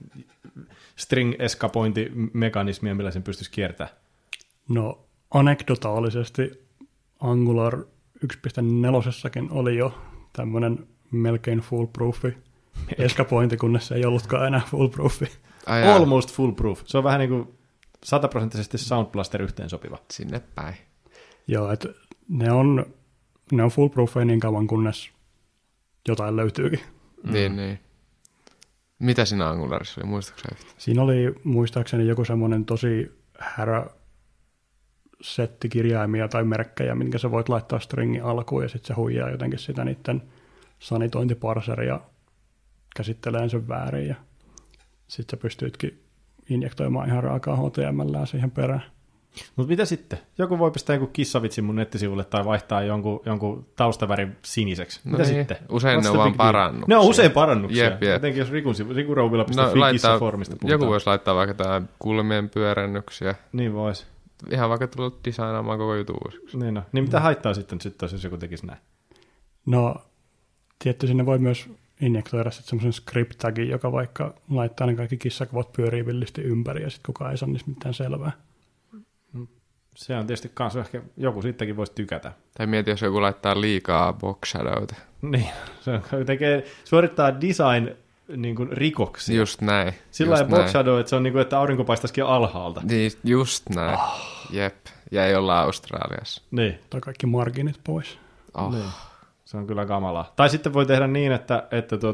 string-eskapointimekanismia, millä sen pystyisi kiertämään? No, anekdotaalisesti Angular 1.4 oli jo tämmöinen melkein foolproofi eskapointi, kunnes se ei ollutkaan enää foolproofi. Almost foolproof. Se on vähän niin kuin 100% Sound Blaster yhteensopiva. Sinne päin. Joo, että ne on foolproofeja niin kauan, kunnes jotain löytyykin. Niin. Mitä siinä Angularissa oli, muistaakseni? Siinä oli muistaakseni joku semmoinen tosi härä setti kirjaimia tai merkkejä, minkä sä voit laittaa stringin alkuun, ja sitten se huijaa jotenkin sitä niiden sanitointiparseria käsittelee sen väärin, ja sitten sä pystyitkin injektoimaan ihan raakaa HTML:ää siihen perään. Mutta mitä sitten? Joku voi pistää joku kissavitsin mun nettisivulle tai vaihtaa jonkun taustavärin siniseksi. Mitä sitten? Usein ne on vaan parannuksia. Ne on usein parannuksia. Jep. Jotenkin jos rikurouvilla.fi kissaformista puhutaan. Joku voisi laittaa vaikka tämän kulmien pyörennyksiä. Niin vois. Ihan vaikka tullut designaamaan koko jutun uusiksi. Niin mitä haittaa sitten jos joku tekisi näin? No, tietty sinne voi myös injektoida sitten semmoisen script-tagin, joka vaikka laittaa ne kaikki kissakuvat pyörii villisti ympäri, ja sitten kukaan ei saa niistä mitään selvää. Se on tietysti kanssa ehkä, joku sittenkin voisi tykätä. Tai mieti, jos joku laittaa liikaa box shadowta. Niin, suorittaa design niin kuin rikoksia. Just näin. Sillä lailla box shadow, että se on niin kuin, että aurinko paistaisikin alhaalta. Niin, just näin. Jep. Ja ei olla Australiassa. Niin. Tai kaikki marginit pois. Niin. Se on kyllä kamalaa. Tai sitten voi tehdä niin, että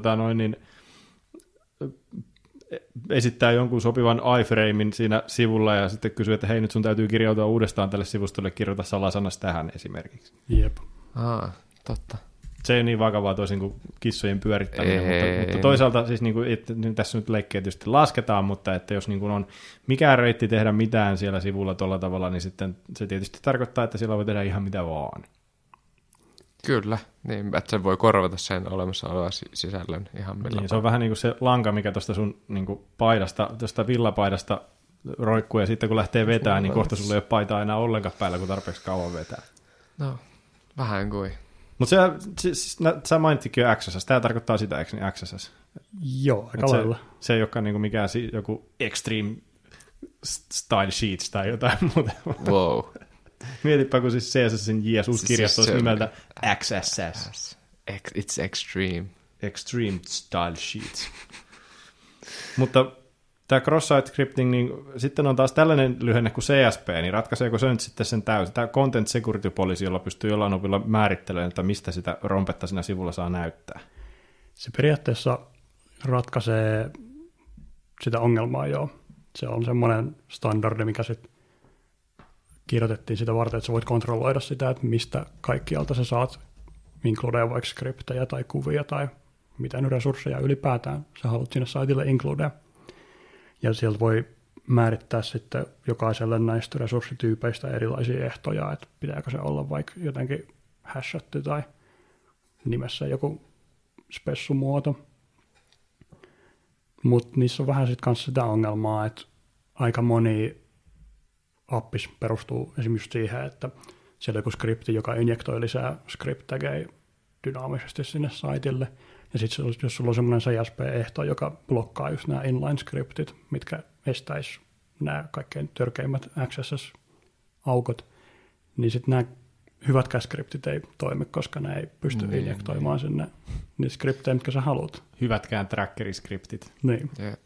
esittää jonkun sopivan iframein siinä sivulla ja sitten kysyy, että hei, nyt sun täytyy kirjautua uudestaan tälle sivustolle, kirjoita salasanas tähän esimerkiksi. Jep. Totta. Se ei niin vakavaa toisin kuin kissojen pyörittäminen, mutta toisaalta siis niin kuin, että tässä nyt leikkejä tietysti lasketaan, mutta että jos niin kuin on mikään reitti tehdä mitään siellä sivulla tuolla tavalla, niin sitten se tietysti tarkoittaa, että siellä voi tehdä ihan mitä vaan. Kyllä, niin, että se voi korvata sen olemassa olevan sisällön ihan millä niin, se on vähän niin kuin se lanka, mikä tuosta sun niin kuin paidasta, tuosta villapaidasta roikkuu, ja sitten kun lähtee vetämään, niin kohta sulla ei ole paitaa enää ollenkaan päällä, kun tarpeeksi kauan vetää. No, vähän kuin. Mutta sä mainittikin jo XSS, tämä tarkoittaa sitä, eikö niin XSS? Joo, aika lailla. Se ei olekaan niin mikään joku extreme style sheets tai jotain muuta. Wow. Mietipä, kun siis CSSin JS uusi kirjasto olisi nimeltä XSS. It's extreme. Extreme Style Sheets. Mutta tämä cross-site scripting, niin sitten on taas tällainen lyhenne kuin CSP, niin ratkaiseeko se nyt sitten sen täysin? Tämä Content Security Policy, jolla pystyy jollain opilla määrittelemään, että mistä sitä rompetta siinä sivulla saa näyttää. Se periaatteessa ratkaisee sitä ongelmaa jo. Se on semmoinen standardi, mikä sitten kirjoitettiin sitä varten, että sä voit kontrolloida sitä, että mistä kaikkialta sä saat includea vaikka skriptejä tai kuvia tai miten resursseja ylipäätään sä haluat sinne saitille includea. Ja sieltä voi määrittää sitten jokaiselle näistä resurssityypeistä erilaisia ehtoja, että pitääkö se olla vaikka jotenkin hashattu tai nimessä joku spessumuoto. Mutta niissä on vähän sitten kanssa sitä ongelmaa, että aika moni appis perustuu esimerkiksi siihen, että siellä on joku skripti, joka injektoi lisää script-tageja dynaamisesti sinne saitille. Ja sitten jos sulla on semmoinen CSP-ehto, joka blokkaa just nämä inline-skriptit, mitkä estäisi nämä kaikkein törkeimmät XSS-aukot, niin sitten nämä hyvätkään skriptit ei toimi, koska ne ei pysty injektoimaan sinne niitä skriptejä, mitkä sä haluat. Hyvätkään trackeriskriptit. Niin. Yep.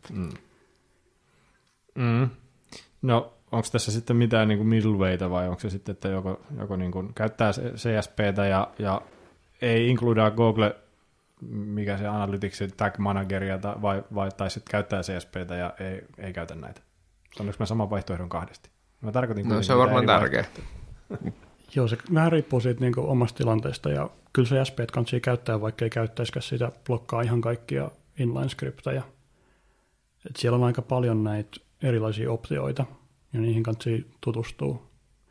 No, onko tässä sitten mitään niin kuin middlewayta vai onko se sitten, että joko niin kuin käyttää CSPtä ja ei includea Google, mikä se Analytics Tag Manageria, tai sitten käyttää CSPtä ja ei käytä näitä? Onko mä saman vaihtoehdon kahdesti? Mä tarkoitin se on varmaan tärkeä. Joo, se vähän riippuu siitä niin kuin omasta tilanteesta, ja kyllä se CSP kannattaa käyttää, vaikka ei käyttäisikään sitä, blokkaa ihan kaikkia inline-skriptejä. Et siellä on aika paljon näitä erilaisia optioita, ja niihin kannattaa tutustua.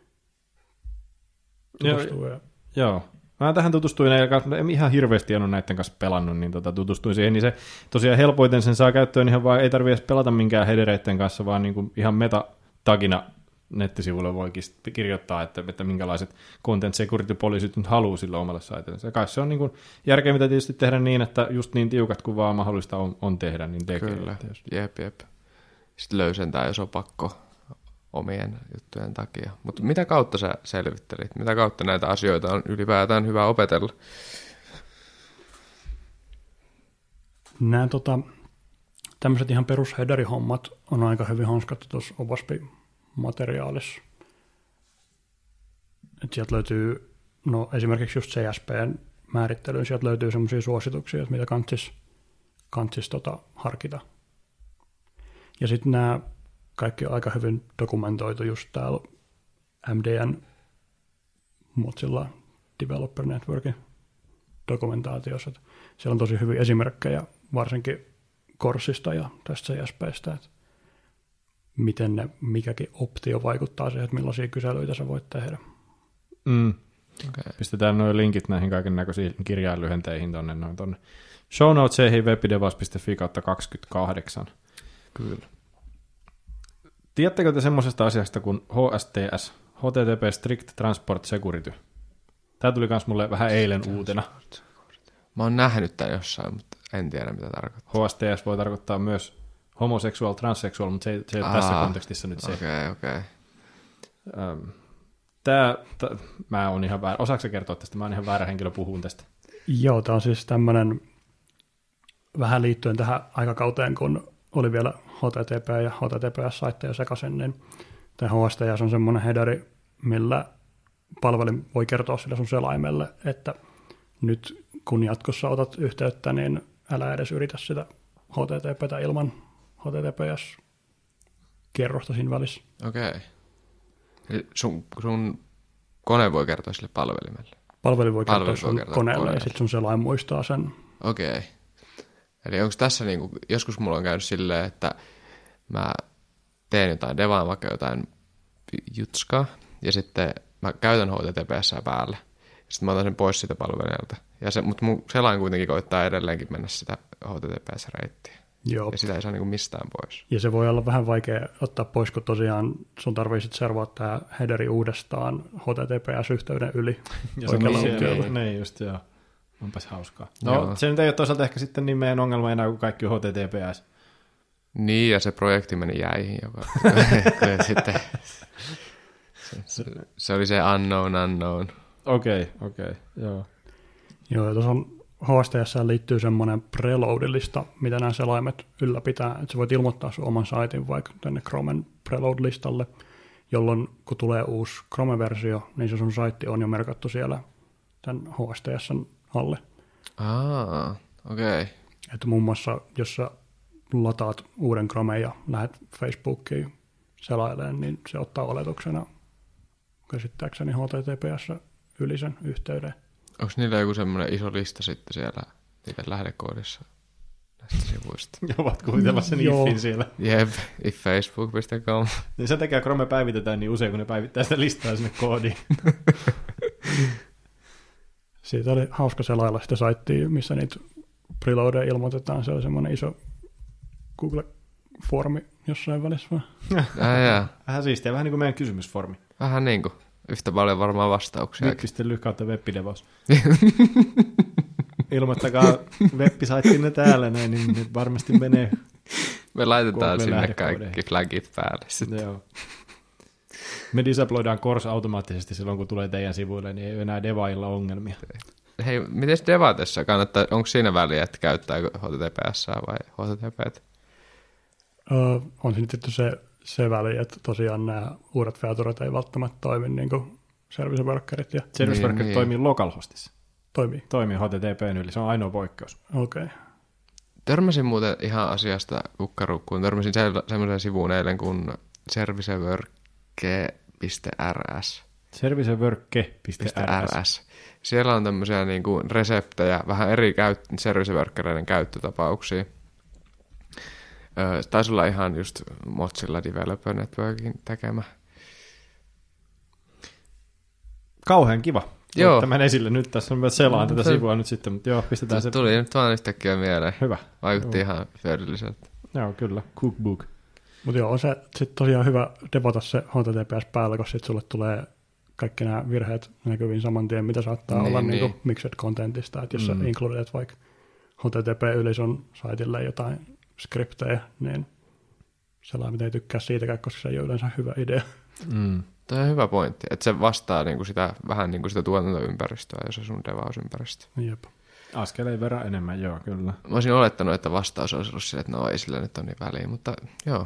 Joo. Mä tähän tutustuin, en ihan hirveästi ole näiden kanssa pelannut, niin tutustuin siihen, niin se tosiaan helpoiten sen saa käyttöön ihan vaan, ei tarvitse edes pelata minkään headereiden kanssa, vaan niin kuin ihan meta-tagina nettisivulle voikin kirjoittaa, että minkälaiset content security policyt nyt haluaa sillä omalle saitelle. Se on niin kuin järkeä, mitä tietysti tehdä niin, että just niin tiukat kuin vaan mahdollista on tehdä, niin tekee. Kyllä, jep. Sitten löysentää, jos on pakko omien juttujen takia. Mutta mitä kautta sä selvittelit? Mitä kautta näitä asioita on ylipäätään hyvä opetella? Nämä tämmöiset ihan perusheaderihommat on aika hyvin hanskattu tuossa OWASP-materiaalissa. Et sieltä löytyy, esimerkiksi just CSPn määrittelyyn, sieltä löytyy semmoisia suosituksia, että mitä kantsis harkita. Ja sitten nämä kaikki on aika hyvin dokumentoitu just täällä MDN Mozilla Developer Networkin dokumentaatiossa. Siellä on tosi hyviä esimerkkejä, varsinkin Corsista ja tästä CSPstä, että miten mikäkin optio vaikuttaa siihen, että millaisia kyselyitä sä voit tehdä. Okay. Pistetään nuo linkit näihin kaiken näköisiin kirjainlyhenteihin tuonne show notesihin webidevas.fi/28. Kyllä. Tiedättekö te semmoisesta asiasta kuin HSTS, HTTP Strict Transport Security? Tämä tuli myös mulle vähän eilen uutena. Mä oon nähnyt tämän jossain, mutta en tiedä mitä tarkoittaa. HSTS voi tarkoittaa myös homosexual, transsexual, mutta se ei ole tässä kontekstissa nyt se. Okei. Mä oon ihan väärä. Osaatko kertoa tästä? Mä oon ihan väärä henkilö puhuun tästä. Joo, tämä on siis tämmöinen vähän liittyen tähän aikakauteen, kun oli vielä HTTP ja HTTPS-saitteja sekaisin, niin tämä HSTS on semmoinen headeri, millä palvelin voi kertoa sille sun selaimelle, että nyt kun jatkossa otat yhteyttä, niin älä edes yritä sitä HTTPtä ilman HTTPS-kerrosta siinä välissä. Okei. Eli sun kone voi kertoa sille palvelimelle? Palveli voi kertoa sun koneelle ja sitten sun selain muistaa sen. Okei. Eli onko tässä joskus mulla on käynyt silleen, että mä teen jotain devaan, vaikka jotain jutskaa, ja sitten mä käytän HTTPS:ää päälle, ja sitten mä otan sen pois siitä palvelijalta. Mutta mun selain kuitenkin koittaa edelleenkin mennä sitä HTTPS-reittiä. Joo. Ja sitä ei saa mistään pois. Ja se voi olla vähän vaikea ottaa pois, kun tosiaan sun tarvii sitten servoa tämä headeri uudestaan HTTPS-yhteyden yli. Ja se on just joo. Onpas hauskaa. No, se nyt ei ole toisaalta ehkä sitten niin meidän ongelma enää, kun kaikki on HTTPS. Niin, ja se projekti meni jäihin, joka sitten se oli se unknown. Okei, joo. Joo, ja tuossa on HSTS liittyy semmoinen preload-lista, mitä nämä selaimet ylläpitää, että sä voit ilmoittaa sun oman saitin vaikka tänne Chromen preload-listalle, jolloin kun tulee uusi Chrome-versio, niin se sun saitti on jo merkattu siellä tämän HSTSn alle. Okei. Että muun muassa, jos sä lataat uuden Chromen ja lähdet Facebookiin selailemaan, niin se ottaa oletuksena käsittääkseni HTTPS yli sen yhteyden. Onko niillä joku semmoinen iso lista sitten siellä niiden lähdekoodissa näistä sivuista? Ovat kuvitella sen ifin siellä. Jep, ifacebook.com. Niin sen takia Chrome päivitetään niin usein, kun ne päivittää sitä listaa sinne koodiin. Siitä oli hauska selailla sitä saittia, missä niitä preloadeja ilmoitetaan. Se oli semmoinen iso Google-formi jossain välissä. Vähän siistiä, vähän niin kuin meidän kysymysformi. Vähän niin kuin. Yhtä paljon varmaan vastauksia. Nyt.ly kautta webbidevaus. Ilmoittakaa web-saittinne täällä, näin, niin nyt varmasti menee. Me laitetaan sinne kaikki flagit päälle sitten. Joo. Me disabloidaan Kors automaattisesti silloin, kun tulee teidän sivuille, niin ei ole enää devailla ongelmia. Hei, miten devatessa kannattaa, onko siinä väliä, että käyttääkö HTTPS vai HTTP? On siinä tietysti se väli, että tosiaan nämä uudet featuret ei välttämättä toimi niin kuin service workerit. Service workerit toimii localhostissa. Toimii HTTP:n yli, se on ainoa poikkeus. Okei. Törmäsin muuten ihan asiasta kukkarukkuun. Törmäsin semmoiseen sivuun eilen kuin serviceworke.rs. Serviceworke.rs. Siellä on tämmöisiä niin kuin reseptejä, vähän eri serviceworkereiden käyttötapauksia. Taisi olla ihan just Mozilla Developer Networkin tekemä. Kauhean kiva. Joo. Tämän esille nyt. Tässä on myös selaan tätä sivua nyt sitten, mutta joo, pistetään se. Tuli nyt vaan yhtäkkiä mieleen. Hyvä. Vaikutti ihan hyödylliseltä. Joo, kyllä. Cookbook. Mutta joo, on se sitten tosiaan hyvä devata se HTTPS päällä, koska sitten sulle tulee kaikki nämä virheet näkyviin saman tien, mitä saattaa olla niin mixed contentista. Että jos sä includet vaikka HTTP yli sun saitille jotain skriptejä, niin sellainen ei tykkää siitäkään, koska se ei ole yleensä hyvä idea. Tuo on hyvä pointti, että se vastaa niinku sitä, vähän niin kuin sitä tuotantoympäristöä, jos se sun devausympäristö. Jep. Askeleen verran enemmän, joo, kyllä. Mä olisin olettanut, että vastaus olisi ollut sille, että no ei sillä nyt ole niin väliä, mutta joo.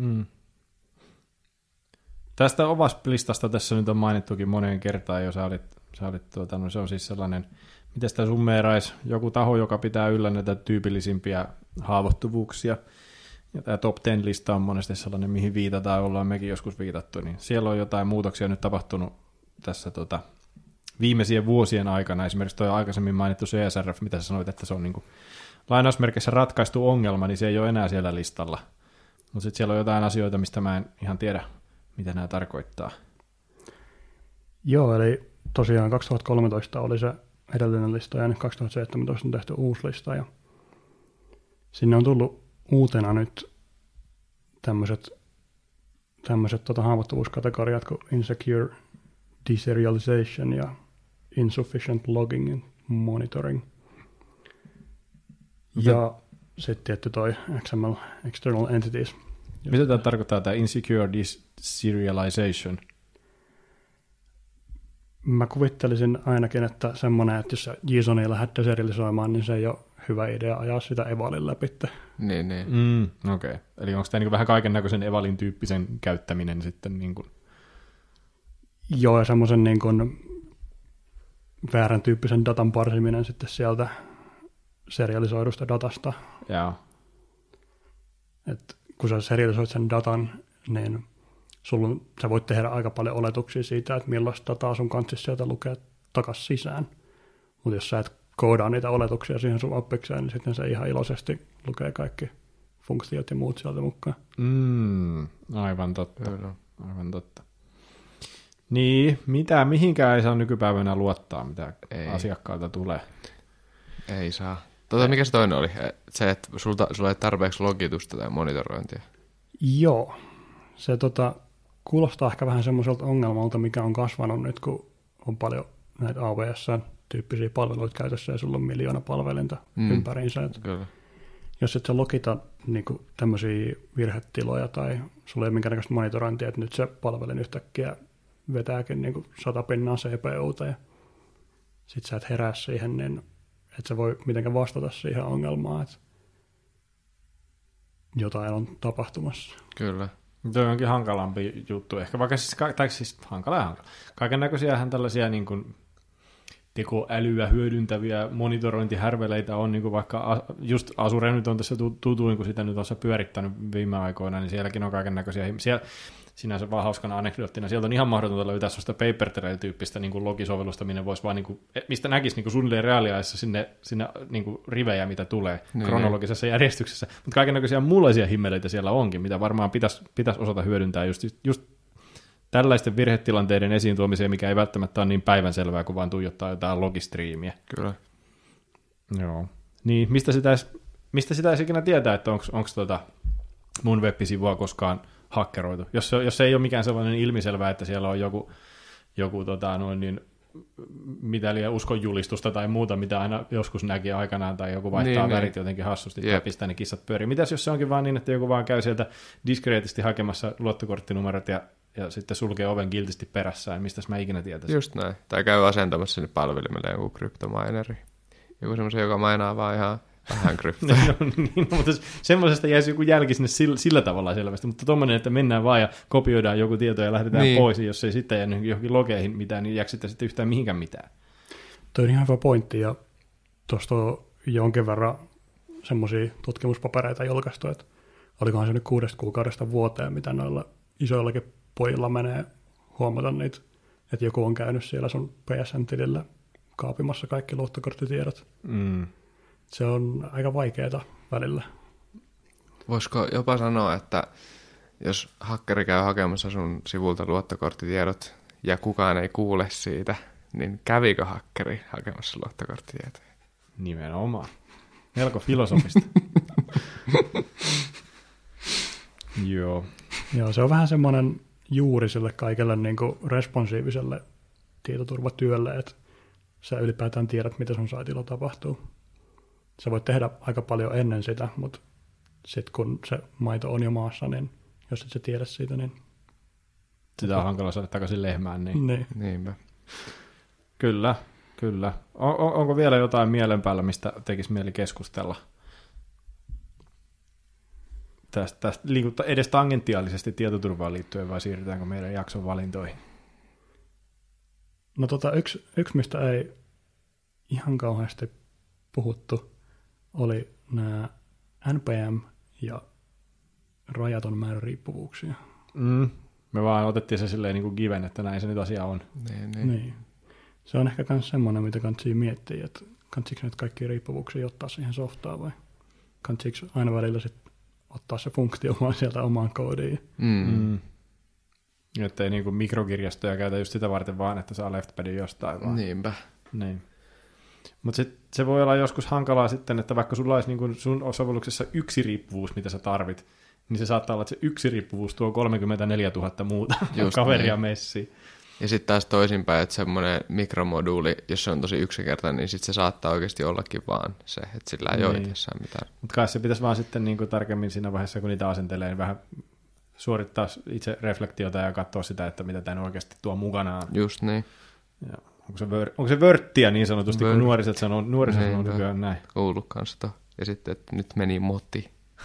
Tästä OWASP-listasta tässä nyt on mainittukin moneen kertaan jo, se on siis sellainen, miten sitä summeeraisi, joku taho, joka pitää yllä näitä tyypillisimpiä haavoittuvuuksia. Ja tämä top 10 lista on monesti sellainen, mihin viitataan, ollaan mekin joskus viitattu, niin siellä on jotain muutoksia nyt tapahtunut tässä viimeisien vuosien aikana. Esimerkiksi tuo aikaisemmin mainittu CSRF, mitä sä sanoit, että se on niin kuin lainausmerkeissä ratkaistu ongelma, niin se ei ole enää siellä listalla. Mutta sitten siellä on jotain asioita, mistä mä en ihan tiedä, mitä nämä tarkoittaa. Joo, eli tosiaan 2013 oli se edellinen lista ja nyt 2017 on tehty uusi lista ja sinne on tullut uutena nyt tämmöiset haavoittuvuuskategoriat kuin insecure deserialization ja insufficient logging and monitoring. Ja sitten tietty toi XML external entities. Mitä tämä tarkoittaa, tämä insecure deserialization? Mä kuvittelisin ainakin, että semmoinen, että jos sä JSONia lähdet deserialisoimaan, niin se ei ole hyvä idea ajaa sitä evalin läpi. Niin. Okei. Eli onko tämä niin vähän kaiken näköisen evalin tyyppisen käyttäminen sitten? Niin kuin? Joo, ja semmoisen niin kuin väärän tyyppisen datan parsiminen sitten sieltä serialisoidusta datasta. Joo. Et kun sä serialisoit sen datan, niin sä voit tehdä aika paljon oletuksia siitä, että millaista dataa sun kanssissa sieltä lukee takas sisään. Mutta jos sä et koodaa niitä oletuksia siihen sun oppikseen, niin sitten se ihan iloisesti lukee kaikki funktiot ja muut sieltä mukaan. Aivan totta. Aivan totta. Niin, mihinkään ei saa nykypäivänä luottaa, mitä asiakkaalta tulee. Ei saa. Mikä se toinen oli? Se, että sulla ei tarpeeksi logitusta tai monitorointia. Joo. Se kuulostaa ehkä vähän semmoiselta ongelmalta, mikä on kasvanut nyt, kun on paljon näitä AWS-tyyppisiä palveluita käytössä ja sulla on miljoona palvelinta ympäriinsä. Jos et sä logita niin tämmöisiä virhetiloja tai sulla ei ole minkäännäköistä monitorointia, että nyt se palvelin yhtäkkiä vetääkin niin 100 pinnaa CPUta ja sit sä et herää siihen, niin et sä voi mitenkään vastata siihen ongelmaan, että jotain on tapahtumassa. Kyllä. Se onkin hankalampi juttu. Ehkä vaikka siis hankala. Kaiken näköisiähän tällaisia niin kuin tekoälyä hyödyntäviä monitorointihärveleitä on, niin kuin vaikka just Azure nyt on tässä tutuin, kun sitä nyt on pyörittänyt viime aikoina, niin sielläkin on kaiken näköisiä. Sinänsä vaan hauskana anekdoottina. Sieltä on ihan mahdotonta löytää sellaista paper-trail-tyyppistä niin kuin logisovellusta, minne voisi vaan, niin kuin, mistä näkisi niin kuin suunnilleen reaaliajassa sinne niin kuin rivejä, mitä tulee kronologisessa järjestyksessä. Mutta kaiken näköisiä muunlaisia himmeleitä siellä onkin, mitä varmaan pitäisi osata hyödyntää just tällaisten virhetilanteiden esiin tuomiseen, mikä ei välttämättä ole niin päivänselvää, kun vaan tuijottaa jotain logistriimiä. Kyllä. Joo. Niin, mistä sitä edes ikinä tietää, että onko mun web-sivua koskaan hakkeroitu. Jos ei ole mikään sellainen ilmiselvää, että siellä on joku mitä liian uskonjulistusta tai muuta, mitä aina joskus näki aikanaan, tai joku vaihtaa värit jotenkin hassusti tai pistää ne kissat pyöriin. Mitäs jos se onkin vaan niin, että joku vaan käy sieltä diskreetisti hakemassa luottokorttinumerot ja sitten sulkee oven kiltisti perässään, mistäs mä ikinä tietäisin. Just näin. Tai käy asentamassa sinne palvelimelle joku kryptomineri. Joku semmoisen, joka mainaa vaan ihan vähän kryptoa. Mutta semmoisesta jäisi joku jälki sinne sillä tavalla selvästi, mutta tommoinen, että mennään vaan ja kopioidaan joku tieto ja lähdetään pois, ja jos ei sitten jäänyt johonkin logeihin mitään, niin jääkö sitten yhtään mihinkään mitään. Toi on ihan hyvä pointti, ja tuosta on jonkin verran semmoisia tutkimuspapereita julkaistu, että olikohan se nyt 6 kuukaudesta vuoteen, mitä noilla isoillakin pojilla menee huomata niitä, että joku on käynyt siellä sun PSN-tilillä kaapimassa kaikki luottokorttitiedot. Se on aika vaikeaa välillä. Voisiko jopa sanoa, että jos hakkeri käy hakemassa sun sivulta luottokorttitiedot ja kukaan ei kuule siitä, niin kävikö hakkeri hakemassa luottokorttitietoja? Nimenomaan. Melko filosofista. Joo, se on vähän semmoinen juuri sille kaikelle niin kuin responsiiviselle tietoturvatyölle, että sä ylipäätään tiedät, mitä sun saitilla tapahtuu. Sä voit tehdä aika paljon ennen sitä, mutta sitten kun se maito on jo maassa, niin jos et sä tiedä siitä, niin... Sitä on hankala saada takaisin lehmään. Niin. Niinpä. Kyllä. Onko vielä jotain mielen päällä, mistä tekisi mieli keskustella? Tästä edes tangentiaalisesti tietoturvaan liittyen, vai siirrytäänkö meidän jakson valintoihin? No yksi, mistä ei ihan kauheasti puhuttu, oli nämä NPM ja rajaton määrä riippuvuuksia. Me vaan otettiin se silleen niin kuin given, että näin se nyt asia on. Niin. Se on ehkä myös semmoinen, mitä kannattaa miettiä, että kannattaako nyt kaikkia riippuvuuksia ottaa siihen softaan vai kannattaako aina välillä sitten ottaa se funktio vaan sieltä omaan koodiin. Että ei niin kuin mikrokirjastoja käytä just sitä varten vaan, että saa leftpadin jostain vaan. Niinpä. Niin. Mutta se voi olla joskus hankalaa sitten, että vaikka sulla olisi niin kuin sun sovelluksessa yksi riippuvuus, mitä sä tarvit, niin se saattaa olla, että se yksi riippuvuus tuo 34 000 muuta kaveria messiin. Ja sitten taas toisinpäin, että semmoinen mikromoduuli, jos se on tosi yksinkertainen, niin sitten se saattaa oikeasti ollakin vaan se, että sillä ei ole itsessään mitään. Mutta kai se pitäisi vaan sitten niin kuin tarkemmin siinä vaiheessa, kun niitä asentelee, niin vähän suorittaa itse reflektiota ja katsoa sitä, että mitä tämä oikeasti tuo mukanaan. Just niin. Ja onko se vörttiä niin sanotusti, kun nuoriset sanoo nykyään näin? Kuullut kanssa. Ja sitten, että nyt meni moti.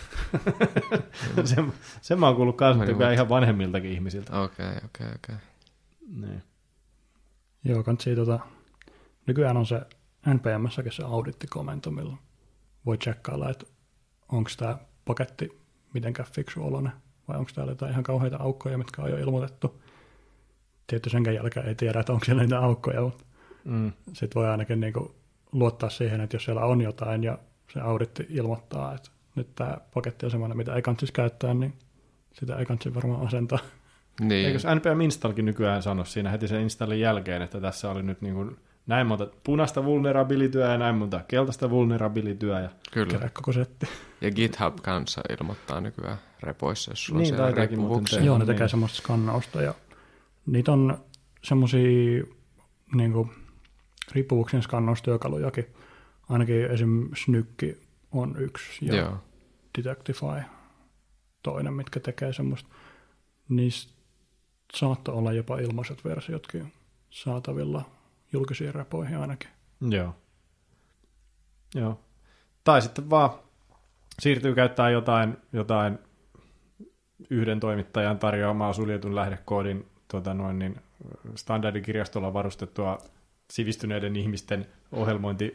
sen mä oon kuullut kanssa ihan vanhemmiltakin ihmisiltä. Okei. Niin. Joo, nykyään on se NPM:ssäkin se auditti-komento, millä voi tsekkailla, että onko tämä paketti mitenkään fiksu-oloinen, vai onko täällä jotain ihan kauheita aukkoja, mitkä on jo ilmoitettu. Tietysti senkään jälkeen ei tiedä, että onko siellä niitä aukkoja, mutta sitten voi ainakin niinku luottaa siihen, että jos siellä on jotain ja se auditti ilmoittaa, että nyt tämä paketti on semmoinen, mitä ei kannattaisi käyttää, niin sitä ei kannattaisi varmaan asentaa. Niin. Eikö npm installkin nykyään sano siinä heti sen installin jälkeen, että tässä oli nyt niin kuin näin monta punaista vulnerabilityä ja näin monta keltaista vulnerabilityä. Ja... Kyllä. Koko setti. Ja GitHub kanssa ilmoittaa nykyään repoissa, jos sulla niin, on siellä riippuvuuksia. Joo, ne tekee semmoista skannausta ja niitä on semmoisia niin kuin riippuvuuksien skannaustyökalujakin. Ainakin esim. Snykki on yksi ja Detectify toinen, mitkä tekee semmoista. Niistä saattaa olla jopa ilmaiset versiotkin saatavilla julkisiin repoihin ainakin. Joo. Joo. Tai sitten vaan siirtyy käyttämään jotain yhden toimittajan tarjoamaa suljetun lähdekoodin standardikirjastolla varustettua sivistyneiden ihmisten ohjelmointi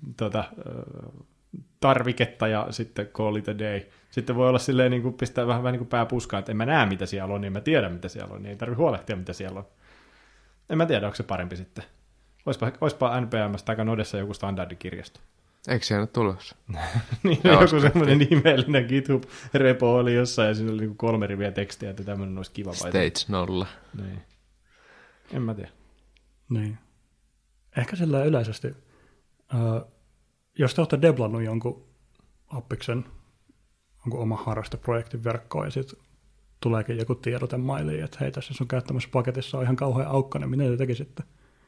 tarviketta ja sitten call it a day. Sitten voi olla silleen, niin kuin pistää vähän niin kuin pää puskaan, että en mä näe mitä siellä on, niin mä tiedän mitä siellä on, niin ei tarvitse huolehtia mitä siellä on. En mä tiedä, onko se parempi sitten. Oispa NPM:ssä tai Nodessa joku standardikirjasto. Eikö se ole tulossa? Niin, joku semmoinen ihmeellinen GitHub-repo oli jossain ja siinä oli 3 riviä tekstiä, että tämmöinen olisi kiva. Stage 0. Niin. En mä tiedä. Niin. Ehkä sillä yleisesti, jos te olette deblannut jonkun appiksen, jonkun oma harrasteprojektin verkkoon ja sitten tuleekin joku tiedote mailiin, että hei, tässä sun käyttämässä paketissa on ihan kauhean aukkonen, mitä te tekisitte?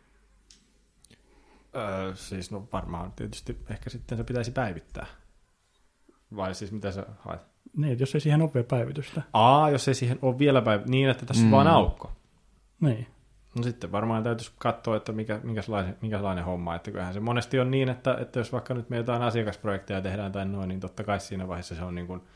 Siis no varmaan tietysti ehkä sitten se pitäisi päivittää. Vai siis mitä sä haet? Niin, että jos ei siihen ole vielä päivitystä. Jos ei siihen ole vielä niin, että tässä on vaan aukko. Niin. No sitten varmaan täytyisi katsoa, että minkälainen homma. Että kyllähän se monesti on niin, että jos vaikka nyt me jotain asiakasprojekteja tehdään tai noin, niin totta kai siinä vaiheessa se on niin kuin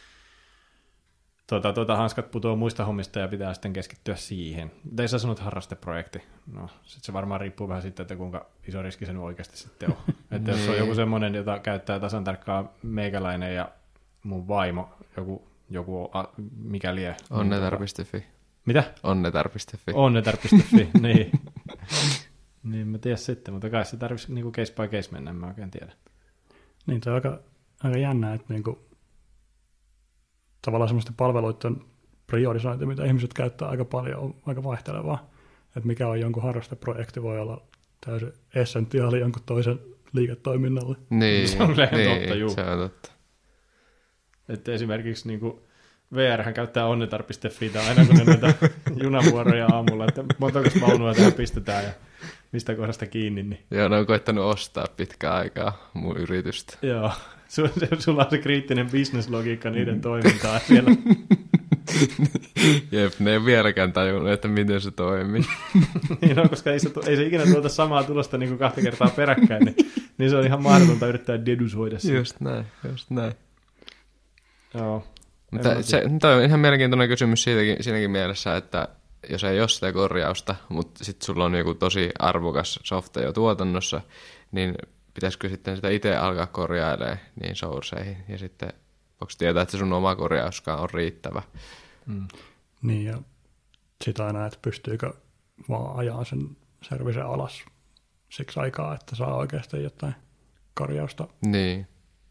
hanskat putoaa muista hommista ja pitää sitten keskittyä siihen. Mutta ei sä sanot harrasteprojekti. No, sitten se varmaan riippuu vähän sitten, että kuinka iso riski se nyt oikeasti sitten on. Että jos on joku semmoinen, jota käyttää tasan tarkkaan meikäläinen ja mun vaimo, joku mikä lie. Onnetar.fi. Mitä? Onnetar.fi. Onnetar.fi, niin. Niin mä tiedän sitten, mutta kai se tarvitsisi niinku case by case mennä, mä oikein tiedän. Niin, se on aika jännä, että niinku tavallaan semmoisten palveluiden priorisointi, mitä ihmiset käyttää aika paljon, on aika vaihtelevaa. Että mikä on jonkun harrasteprojekti, voi olla täysin essentiaali jonkun toisen liiketoiminnalle. Niin, se on totta, juu. Se on totta. Että esimerkiksi niin VR käyttää onnetar.fi aina, kun ne näitä junavuoroja aamulla, että montako vaunua tähän pistetään ja mistä kohdasta kiinni. Niin. Joo, ne on koittanut ostaa pitkään aikaa mun yritystä. Joo, sulla on se kriittinen business-logiikka niiden toimintaa siellä. Jep, ne ei vieläkään tajunnut, että miten se toimii. Niin on, koska ei se ikinä tuota samaa tulosta niin kuin 2 kertaa peräkkäin, niin se on ihan mahdotonta yrittää dedusoida sitä. Just näin. Joo. Mutta toi on ihan mielenkiintoinen kysymys siinäkin mielessä, että jos ei ole sitä korjausta, mutta sitten sulla on joku tosi arvokas softa jo tuotannossa, niin pitäisikö sitten sitä itse alkaa korjailemaan niin sourceihin, ja sitten voiko tietää, että sun oma korjauskaan on riittävä. Niin, ja sitä aina, että pystyykö vaan ajaa sen servisen alas siksi aikaa, että saa oikeasti jotain korjausta. Niin.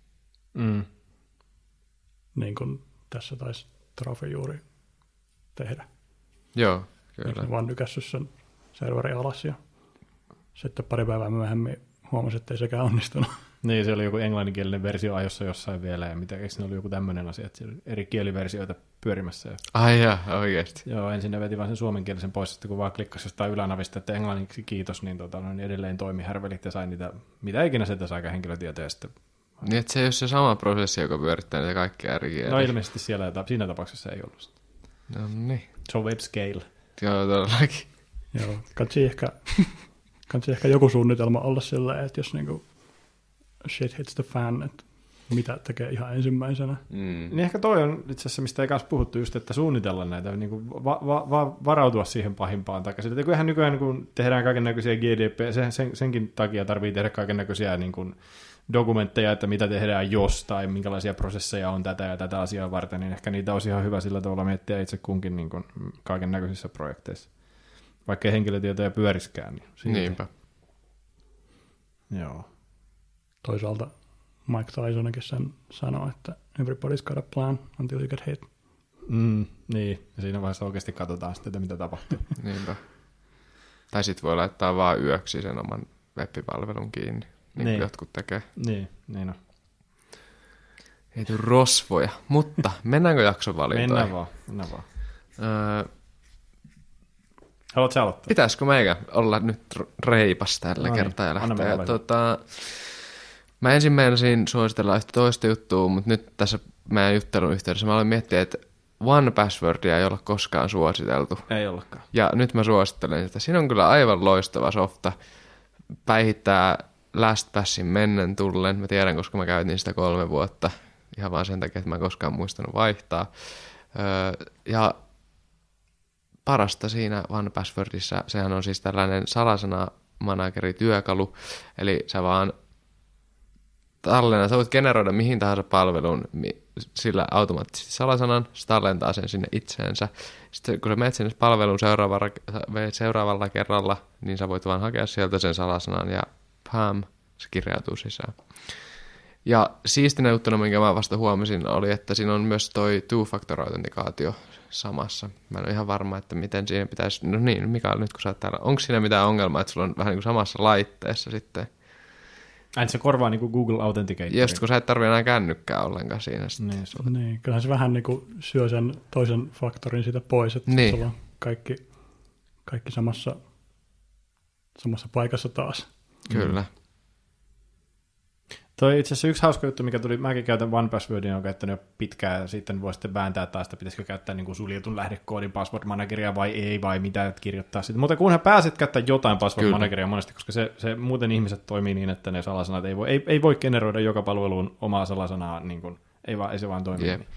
Niin kuin tässä taisi Trafi juuri tehdä. Joo, kyllä. Ne vaan nykässyt sen serverin alas ja sitten pari päivää myöhemmin huomasin, että ei sekään onnistunut. Niin, se oli joku englanninkielinen versio ajossa jossain vielä, ja eikö ne oli joku tämmöinen asia, että siellä oli eri kieliversioita pyörimässä. Ai jaa, oikeasti. Joo, ensin ne veti vaan sen suomenkielisen pois, sitten kun vaan klikkasi jostain ylänavista, että englanniksi kiitos, niin, niin edelleen toimi härvelit ja sai niitä, mitä ikinä sieltä sai henkilötietoja sitten. Niin, että se ei ole se sama prosessi, joka pyörittää niitä kaikkia eri kieliä. No ilmeisesti siinä tapauksessa ei ollut. No niin. Se on web scale. Joo, todellakin. Joo, kansi ehkä joku suunnitelma olla silleen, että jos niinku shit hits the fan, että mitä tekee ihan ensimmäisenä. Niin ehkä toi on itse asiassa, mistä ei kanssa puhuttu just, että suunnitella näitä, niin kuin varautua siihen pahimpaan takaisin. Että kyllähän nykyään kun tehdään kaikennäköisiä GDP, senkin takia tarvii tehdä kaikennäköisiä niin kuin dokumentteja, että mitä tehdään jos, tai minkälaisia prosesseja on tätä ja tätä asiaa varten, niin ehkä niitä olisi ihan hyvä sillä tavalla miettiä itse kunkin niin kuin kaikennäköisissä projekteissa. Vaikka ei henkilötietoja pyöriskään. Niin niinpä. Joo. Toisaalta Mike Tysonakin sen sanoi, että everybody's got a plan until you get hit. Niin, ja siinä vaiheessa oikeasti katsotaan sitten, että mitä tapahtuu. Niinpä. Tai sitten voi laittaa vaan yöksi sen oman web-palvelun kiinni, niin kuin jotkut tekee. Niin on. Ei tule rosvoja, mutta mennäänkö jaksovalintoihin? Mennään vaan. Haluatko sä aloittaa? Pitäisikö meikä olla nyt reipas tällä kertaa ja lähteä? Mä ensin meinasin suositella yhtä toista juttua, mutta nyt tässä meidän juttelun yhteydessä mä aloin miettiä, että One Passwordia ei olla koskaan suositeltu. Ei ollakaan. Ja nyt mä suosittelen sitä. Siinä on kyllä aivan loistava softa. Päihittää LastPassin mennen tullen. Mä tiedän, koska mä käytin sitä 3 vuotta. Ihan vaan sen takia, että mä en koskaan muistanut vaihtaa. Ja parasta siinä OnePasswordissa, sehän on siis tällainen salasana-managerityökalu. Eli sä vaan sä voit generoida mihin tahansa palveluun sillä automaattisesti salasanan, se tallentaa sen sinne itseensä. Sitten kun sä menet sinne palveluun seuraavalla kerralla, niin sä voit vaan hakea sieltä sen salasanan ja pam, se kirjautuu sisään. Ja siistinä juttuna, minkä mä vasta huomasin, oli, että siinä on myös toi two-factor-autentikaatio samassa. Mä en ole ihan varma, että miten siinä pitäisi... No niin, Mikael, nyt kun sä oot täällä, onko siinä mitään ongelmaa, että sulla on vähän niin kuin samassa laitteessa sitten... Se korvaa niin kuin Google Authenticator. Just kun sä et tarvitse enää kännykkää ollenkaan siinä. Niin, kyllähän se vähän niin kuin syö sen toisen faktorin siitä pois, että niin. sulla on kaikki samassa paikassa taas. Kyllä. Toi itse asiassa yksi hauska juttu, mikä tuli, mäkin käytän OnePasswordia, on käyttänyt jo pitkään, ja sitten voi sitten vääntää taas, että pitäisikö käyttää niin kuin suljetun lähdekoodin password manageria vai ei, vai mitä kirjoittaa sitten. Mutta kunhan pääset käyttämään jotain password manageria monesti, koska se muuten ihmiset toimii niin, että ne salasanat ei voi generoida joka palveluun omaa salasanaa, niin kuin, ei se vaan toimi. Yeah.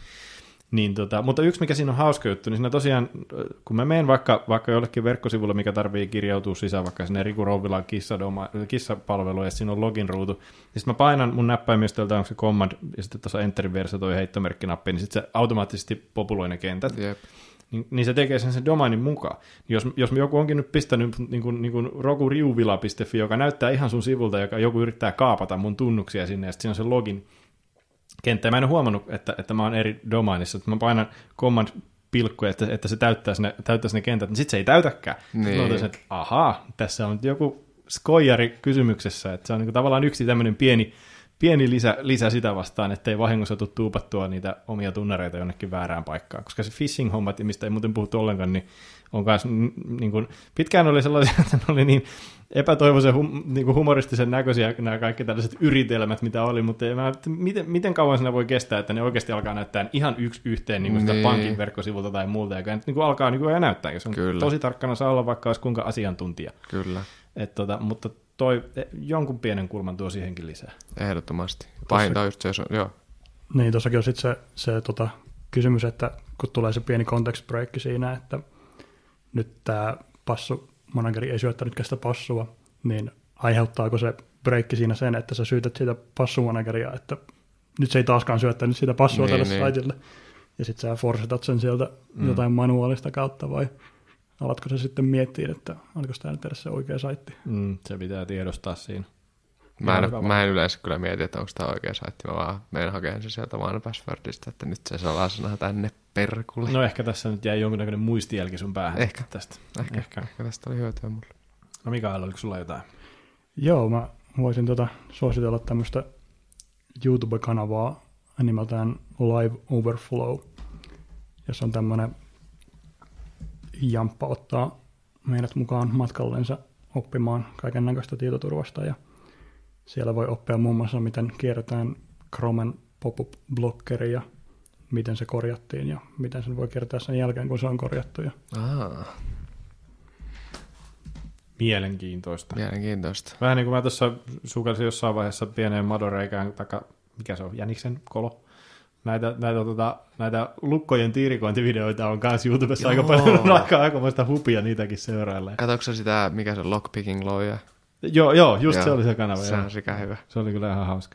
Mutta yksi, mikä siinä on hauska juttu, niin siinä tosiaan, kun mä menen vaikka jollekin verkkosivulle, mikä tarvii kirjautua sisään, vaikka sinne Riku Rouvilaan kissapalvelu, ja siinä on login-ruutu, niin sitten mä painan mun näppäimistöltä, onko se command, ja sitten tuossa enterin vieressä toi heittomerkkinappi, niin sitten se automaattisesti populoi ne kentät. Yep. Niin se tekee sen domainin mukaan. Jos joku onkin nyt pistänyt niin kuin rokuriuvila.fi, joka näyttää ihan sun sivulta, joka joku yrittää kaapata mun tunnuksia sinne, ja sitten siinä on se login, kenttä. Mä en ole huomannut, että mä oon eri domainissa, että mä painan command-pilkku, että se täyttäisi ne kentät, niin sit se ei täytäkään. Niin. Mä otan, että ahaa, tässä on joku skoijari kysymyksessä, että se on niin kuin tavallaan yksi tämmöinen pieni lisä sitä vastaan, ettei vahingossa tule tuupattua niitä omia tunnareita jonnekin väärään paikkaan. Koska se phishing-hommat, mistä ei muuten puhuttu ollenkaan, niin on myös niin kuin, pitkään oli sellaisia, että ne oli niin epätoivoisen niin kuin humoristisen näköisiä nämä kaikki tällaiset yritelmät, mitä oli, mutta miten kauan siinä voi kestää, että ne oikeasti alkaa näyttää ihan yksi yhteen niin kuin sitä pankin verkkosivulta tai muulta, joka niin kuin alkaa niin kuin näyttää, jos on Kyllä. tosi tarkkana saa olla vaikka olisi kuinka asiantuntija. Kyllä. Mutta jonkun pienen kulman tuo siihenkin lisää. Ehdottomasti. Pahinta on just se, joo. Niin, tuossakin on sitten se kysymys, että kun tulee se pieni context break siinä, että nyt tämä passumanageri ei syöttänytkään sitä passua, niin aiheuttaako se breikki siinä sen, että sä syytät siitä passumanageria, että nyt se ei taaskaan syöttänyt sitä passua tälle saitille, ja sitten sä forsetat sen sieltä jotain manuaalista kautta, vai alatko se sitten miettiä, että oliko tämä nyt edes se oikea saitti? Se pitää tiedostaa siinä. Mä en yleensä kyllä mieti, että onko tämä oikea saitti, mä vaan menen hakemaan se sieltä OnePasswordista, että nyt se salasana tänne perkulle. No ehkä tässä nyt jäi jonkinnäköinen muistijälki sun päähän. Ehkä. Tästä. Ehkä tästä oli hyötyä mulle. No Mikael, oliko sulla jotain? Joo, mä voisin suositella tämmöistä YouTube-kanavaa nimeltään Live Overflow, jossa on tämmöinen jamppa ottaa meidät mukaan matkallensa oppimaan kaiken näköistä tietoturvasta, ja siellä voi oppia muun muassa, miten kierretään Chromen pop-up-blokkeri ja miten se korjattiin ja miten sen voi kiertää sen jälkeen, kun se on korjattu. Mielenkiintoista. Vähän niin kuin mä tuossa sukelsin jossain vaiheessa pieneen madoreikään, mikä se on, Jäniksen kolo. Näitä lukkojen tiirikointivideoita on kanssa YouTubessa aika paljon, aikamoista hupia niitäkin seurailla. Katsoitko sitä, mikä se lockpicking lawyer? Joo, just se oli se kanava. Se on sekä hyvä. Se oli kyllä ihan hauska.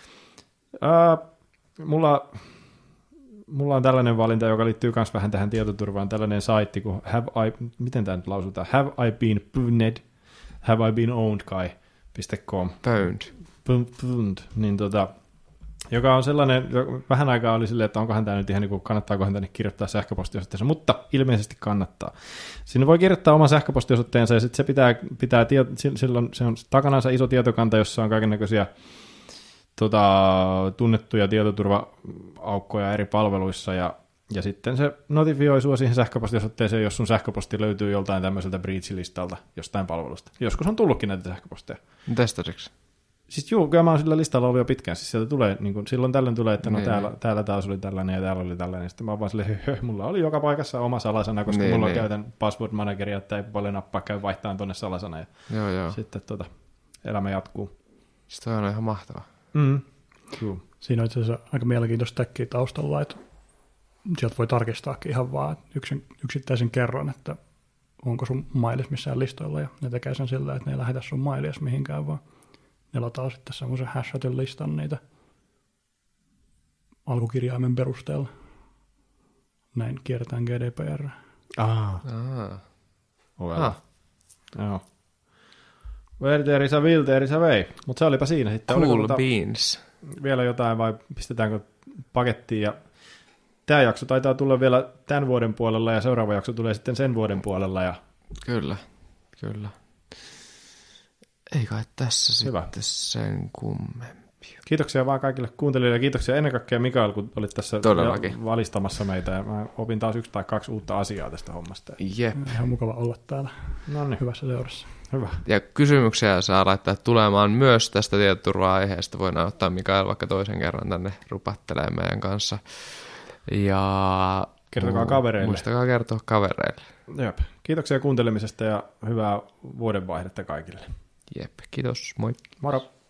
Mulla on tällainen valinta, joka liittyy myös vähän tähän tietoturvaan, tällainen saitti kuin miten tämä nyt lausutaan? Have I been pwned? Have I been owned kai.com. Pwned. Niin joka on sellainen, vähän aikaa oli silleen, että onkohan tämä nyt ihan niin kuin, kannattaakohan tänne kirjoittaa sähköpostiosoitteensa, mutta ilmeisesti kannattaa. Sinne voi kirjoittaa oman sähköpostiosoitteensa, ja sitten se pitää silloin se on takanansa iso tietokanta, jossa on kaikennäköisiä tunnettuja tietoturva-aukkoja eri palveluissa, ja sitten se notifioi sua siihen sähköpostiosoitteeseen, jos sun sähköposti löytyy joltain tämmöiseltä breach-listalta jostain palvelusta. Joskus on tullutkin näitä sähköposteja. Testasiksi? Siis juu, kyllä mä oon sillä listalla ollut jo pitkään. Siis sieltä tulee, niin kun, silloin tällöin tulee, että no täällä taas oli tällainen ja täällä oli tällainen. Sitten mä oon vaan silleen, mulla oli joka paikassa oma salasana, koska mulla on käytän password manageria, että ei paljon nappaa käy vaihtamaan tonne salasana. Ja joo. sitten elämä jatkuu. Se on ihan mahtavaa. Siinä on itse asiassa aika mielenkiintoista täkkiä taustalla, että sieltä voi tarkistaakin ihan vaan yksittäisen kerran, että onko sun mailis missään listoilla, ja ne tekee sen sillä, että ne ei lähetä sun mailias mihinkään, vaan ne lataa sitten semmoisen hashatun listan niitä alkukirjaimen perusteella. Näin kierretään GDPR. Joo. Verteerisa vilteerisa vei, mutta se olipa siinä sitten. Cool beans. Vielä jotain vai pistetäänkö pakettiin? Ja tämä jakso taitaa tulla vielä tämän vuoden puolella ja seuraava jakso tulee sitten sen vuoden puolella. Ja... Kyllä. Ei kai tässä Hyvä. sitten sen kummempi. Kiitoksia vaan kaikille kuuntelijoille ja kiitoksia ennen kaikkea Mikael, kun olit tässä valistamassa meitä. Ja mä opin taas 1 tai 2 uutta asiaa tästä hommasta. Jep. Ihan mukava olla täällä hyvässä seurassa. Hyvä. Ja kysymyksiä saa laittaa tulemaan myös tästä tietoturva-aiheesta. Voidaan ottaa Mikael vaikka toisen kerran tänne rupattelemaan meidän kanssa. Ja kertokaa kavereille. Muistakaa kertoa kavereille. Jep. Kiitoksia kuuntelemisesta ja hyvää vuodenvaihdetta kaikille. Jep, kiitos, moi. Moro.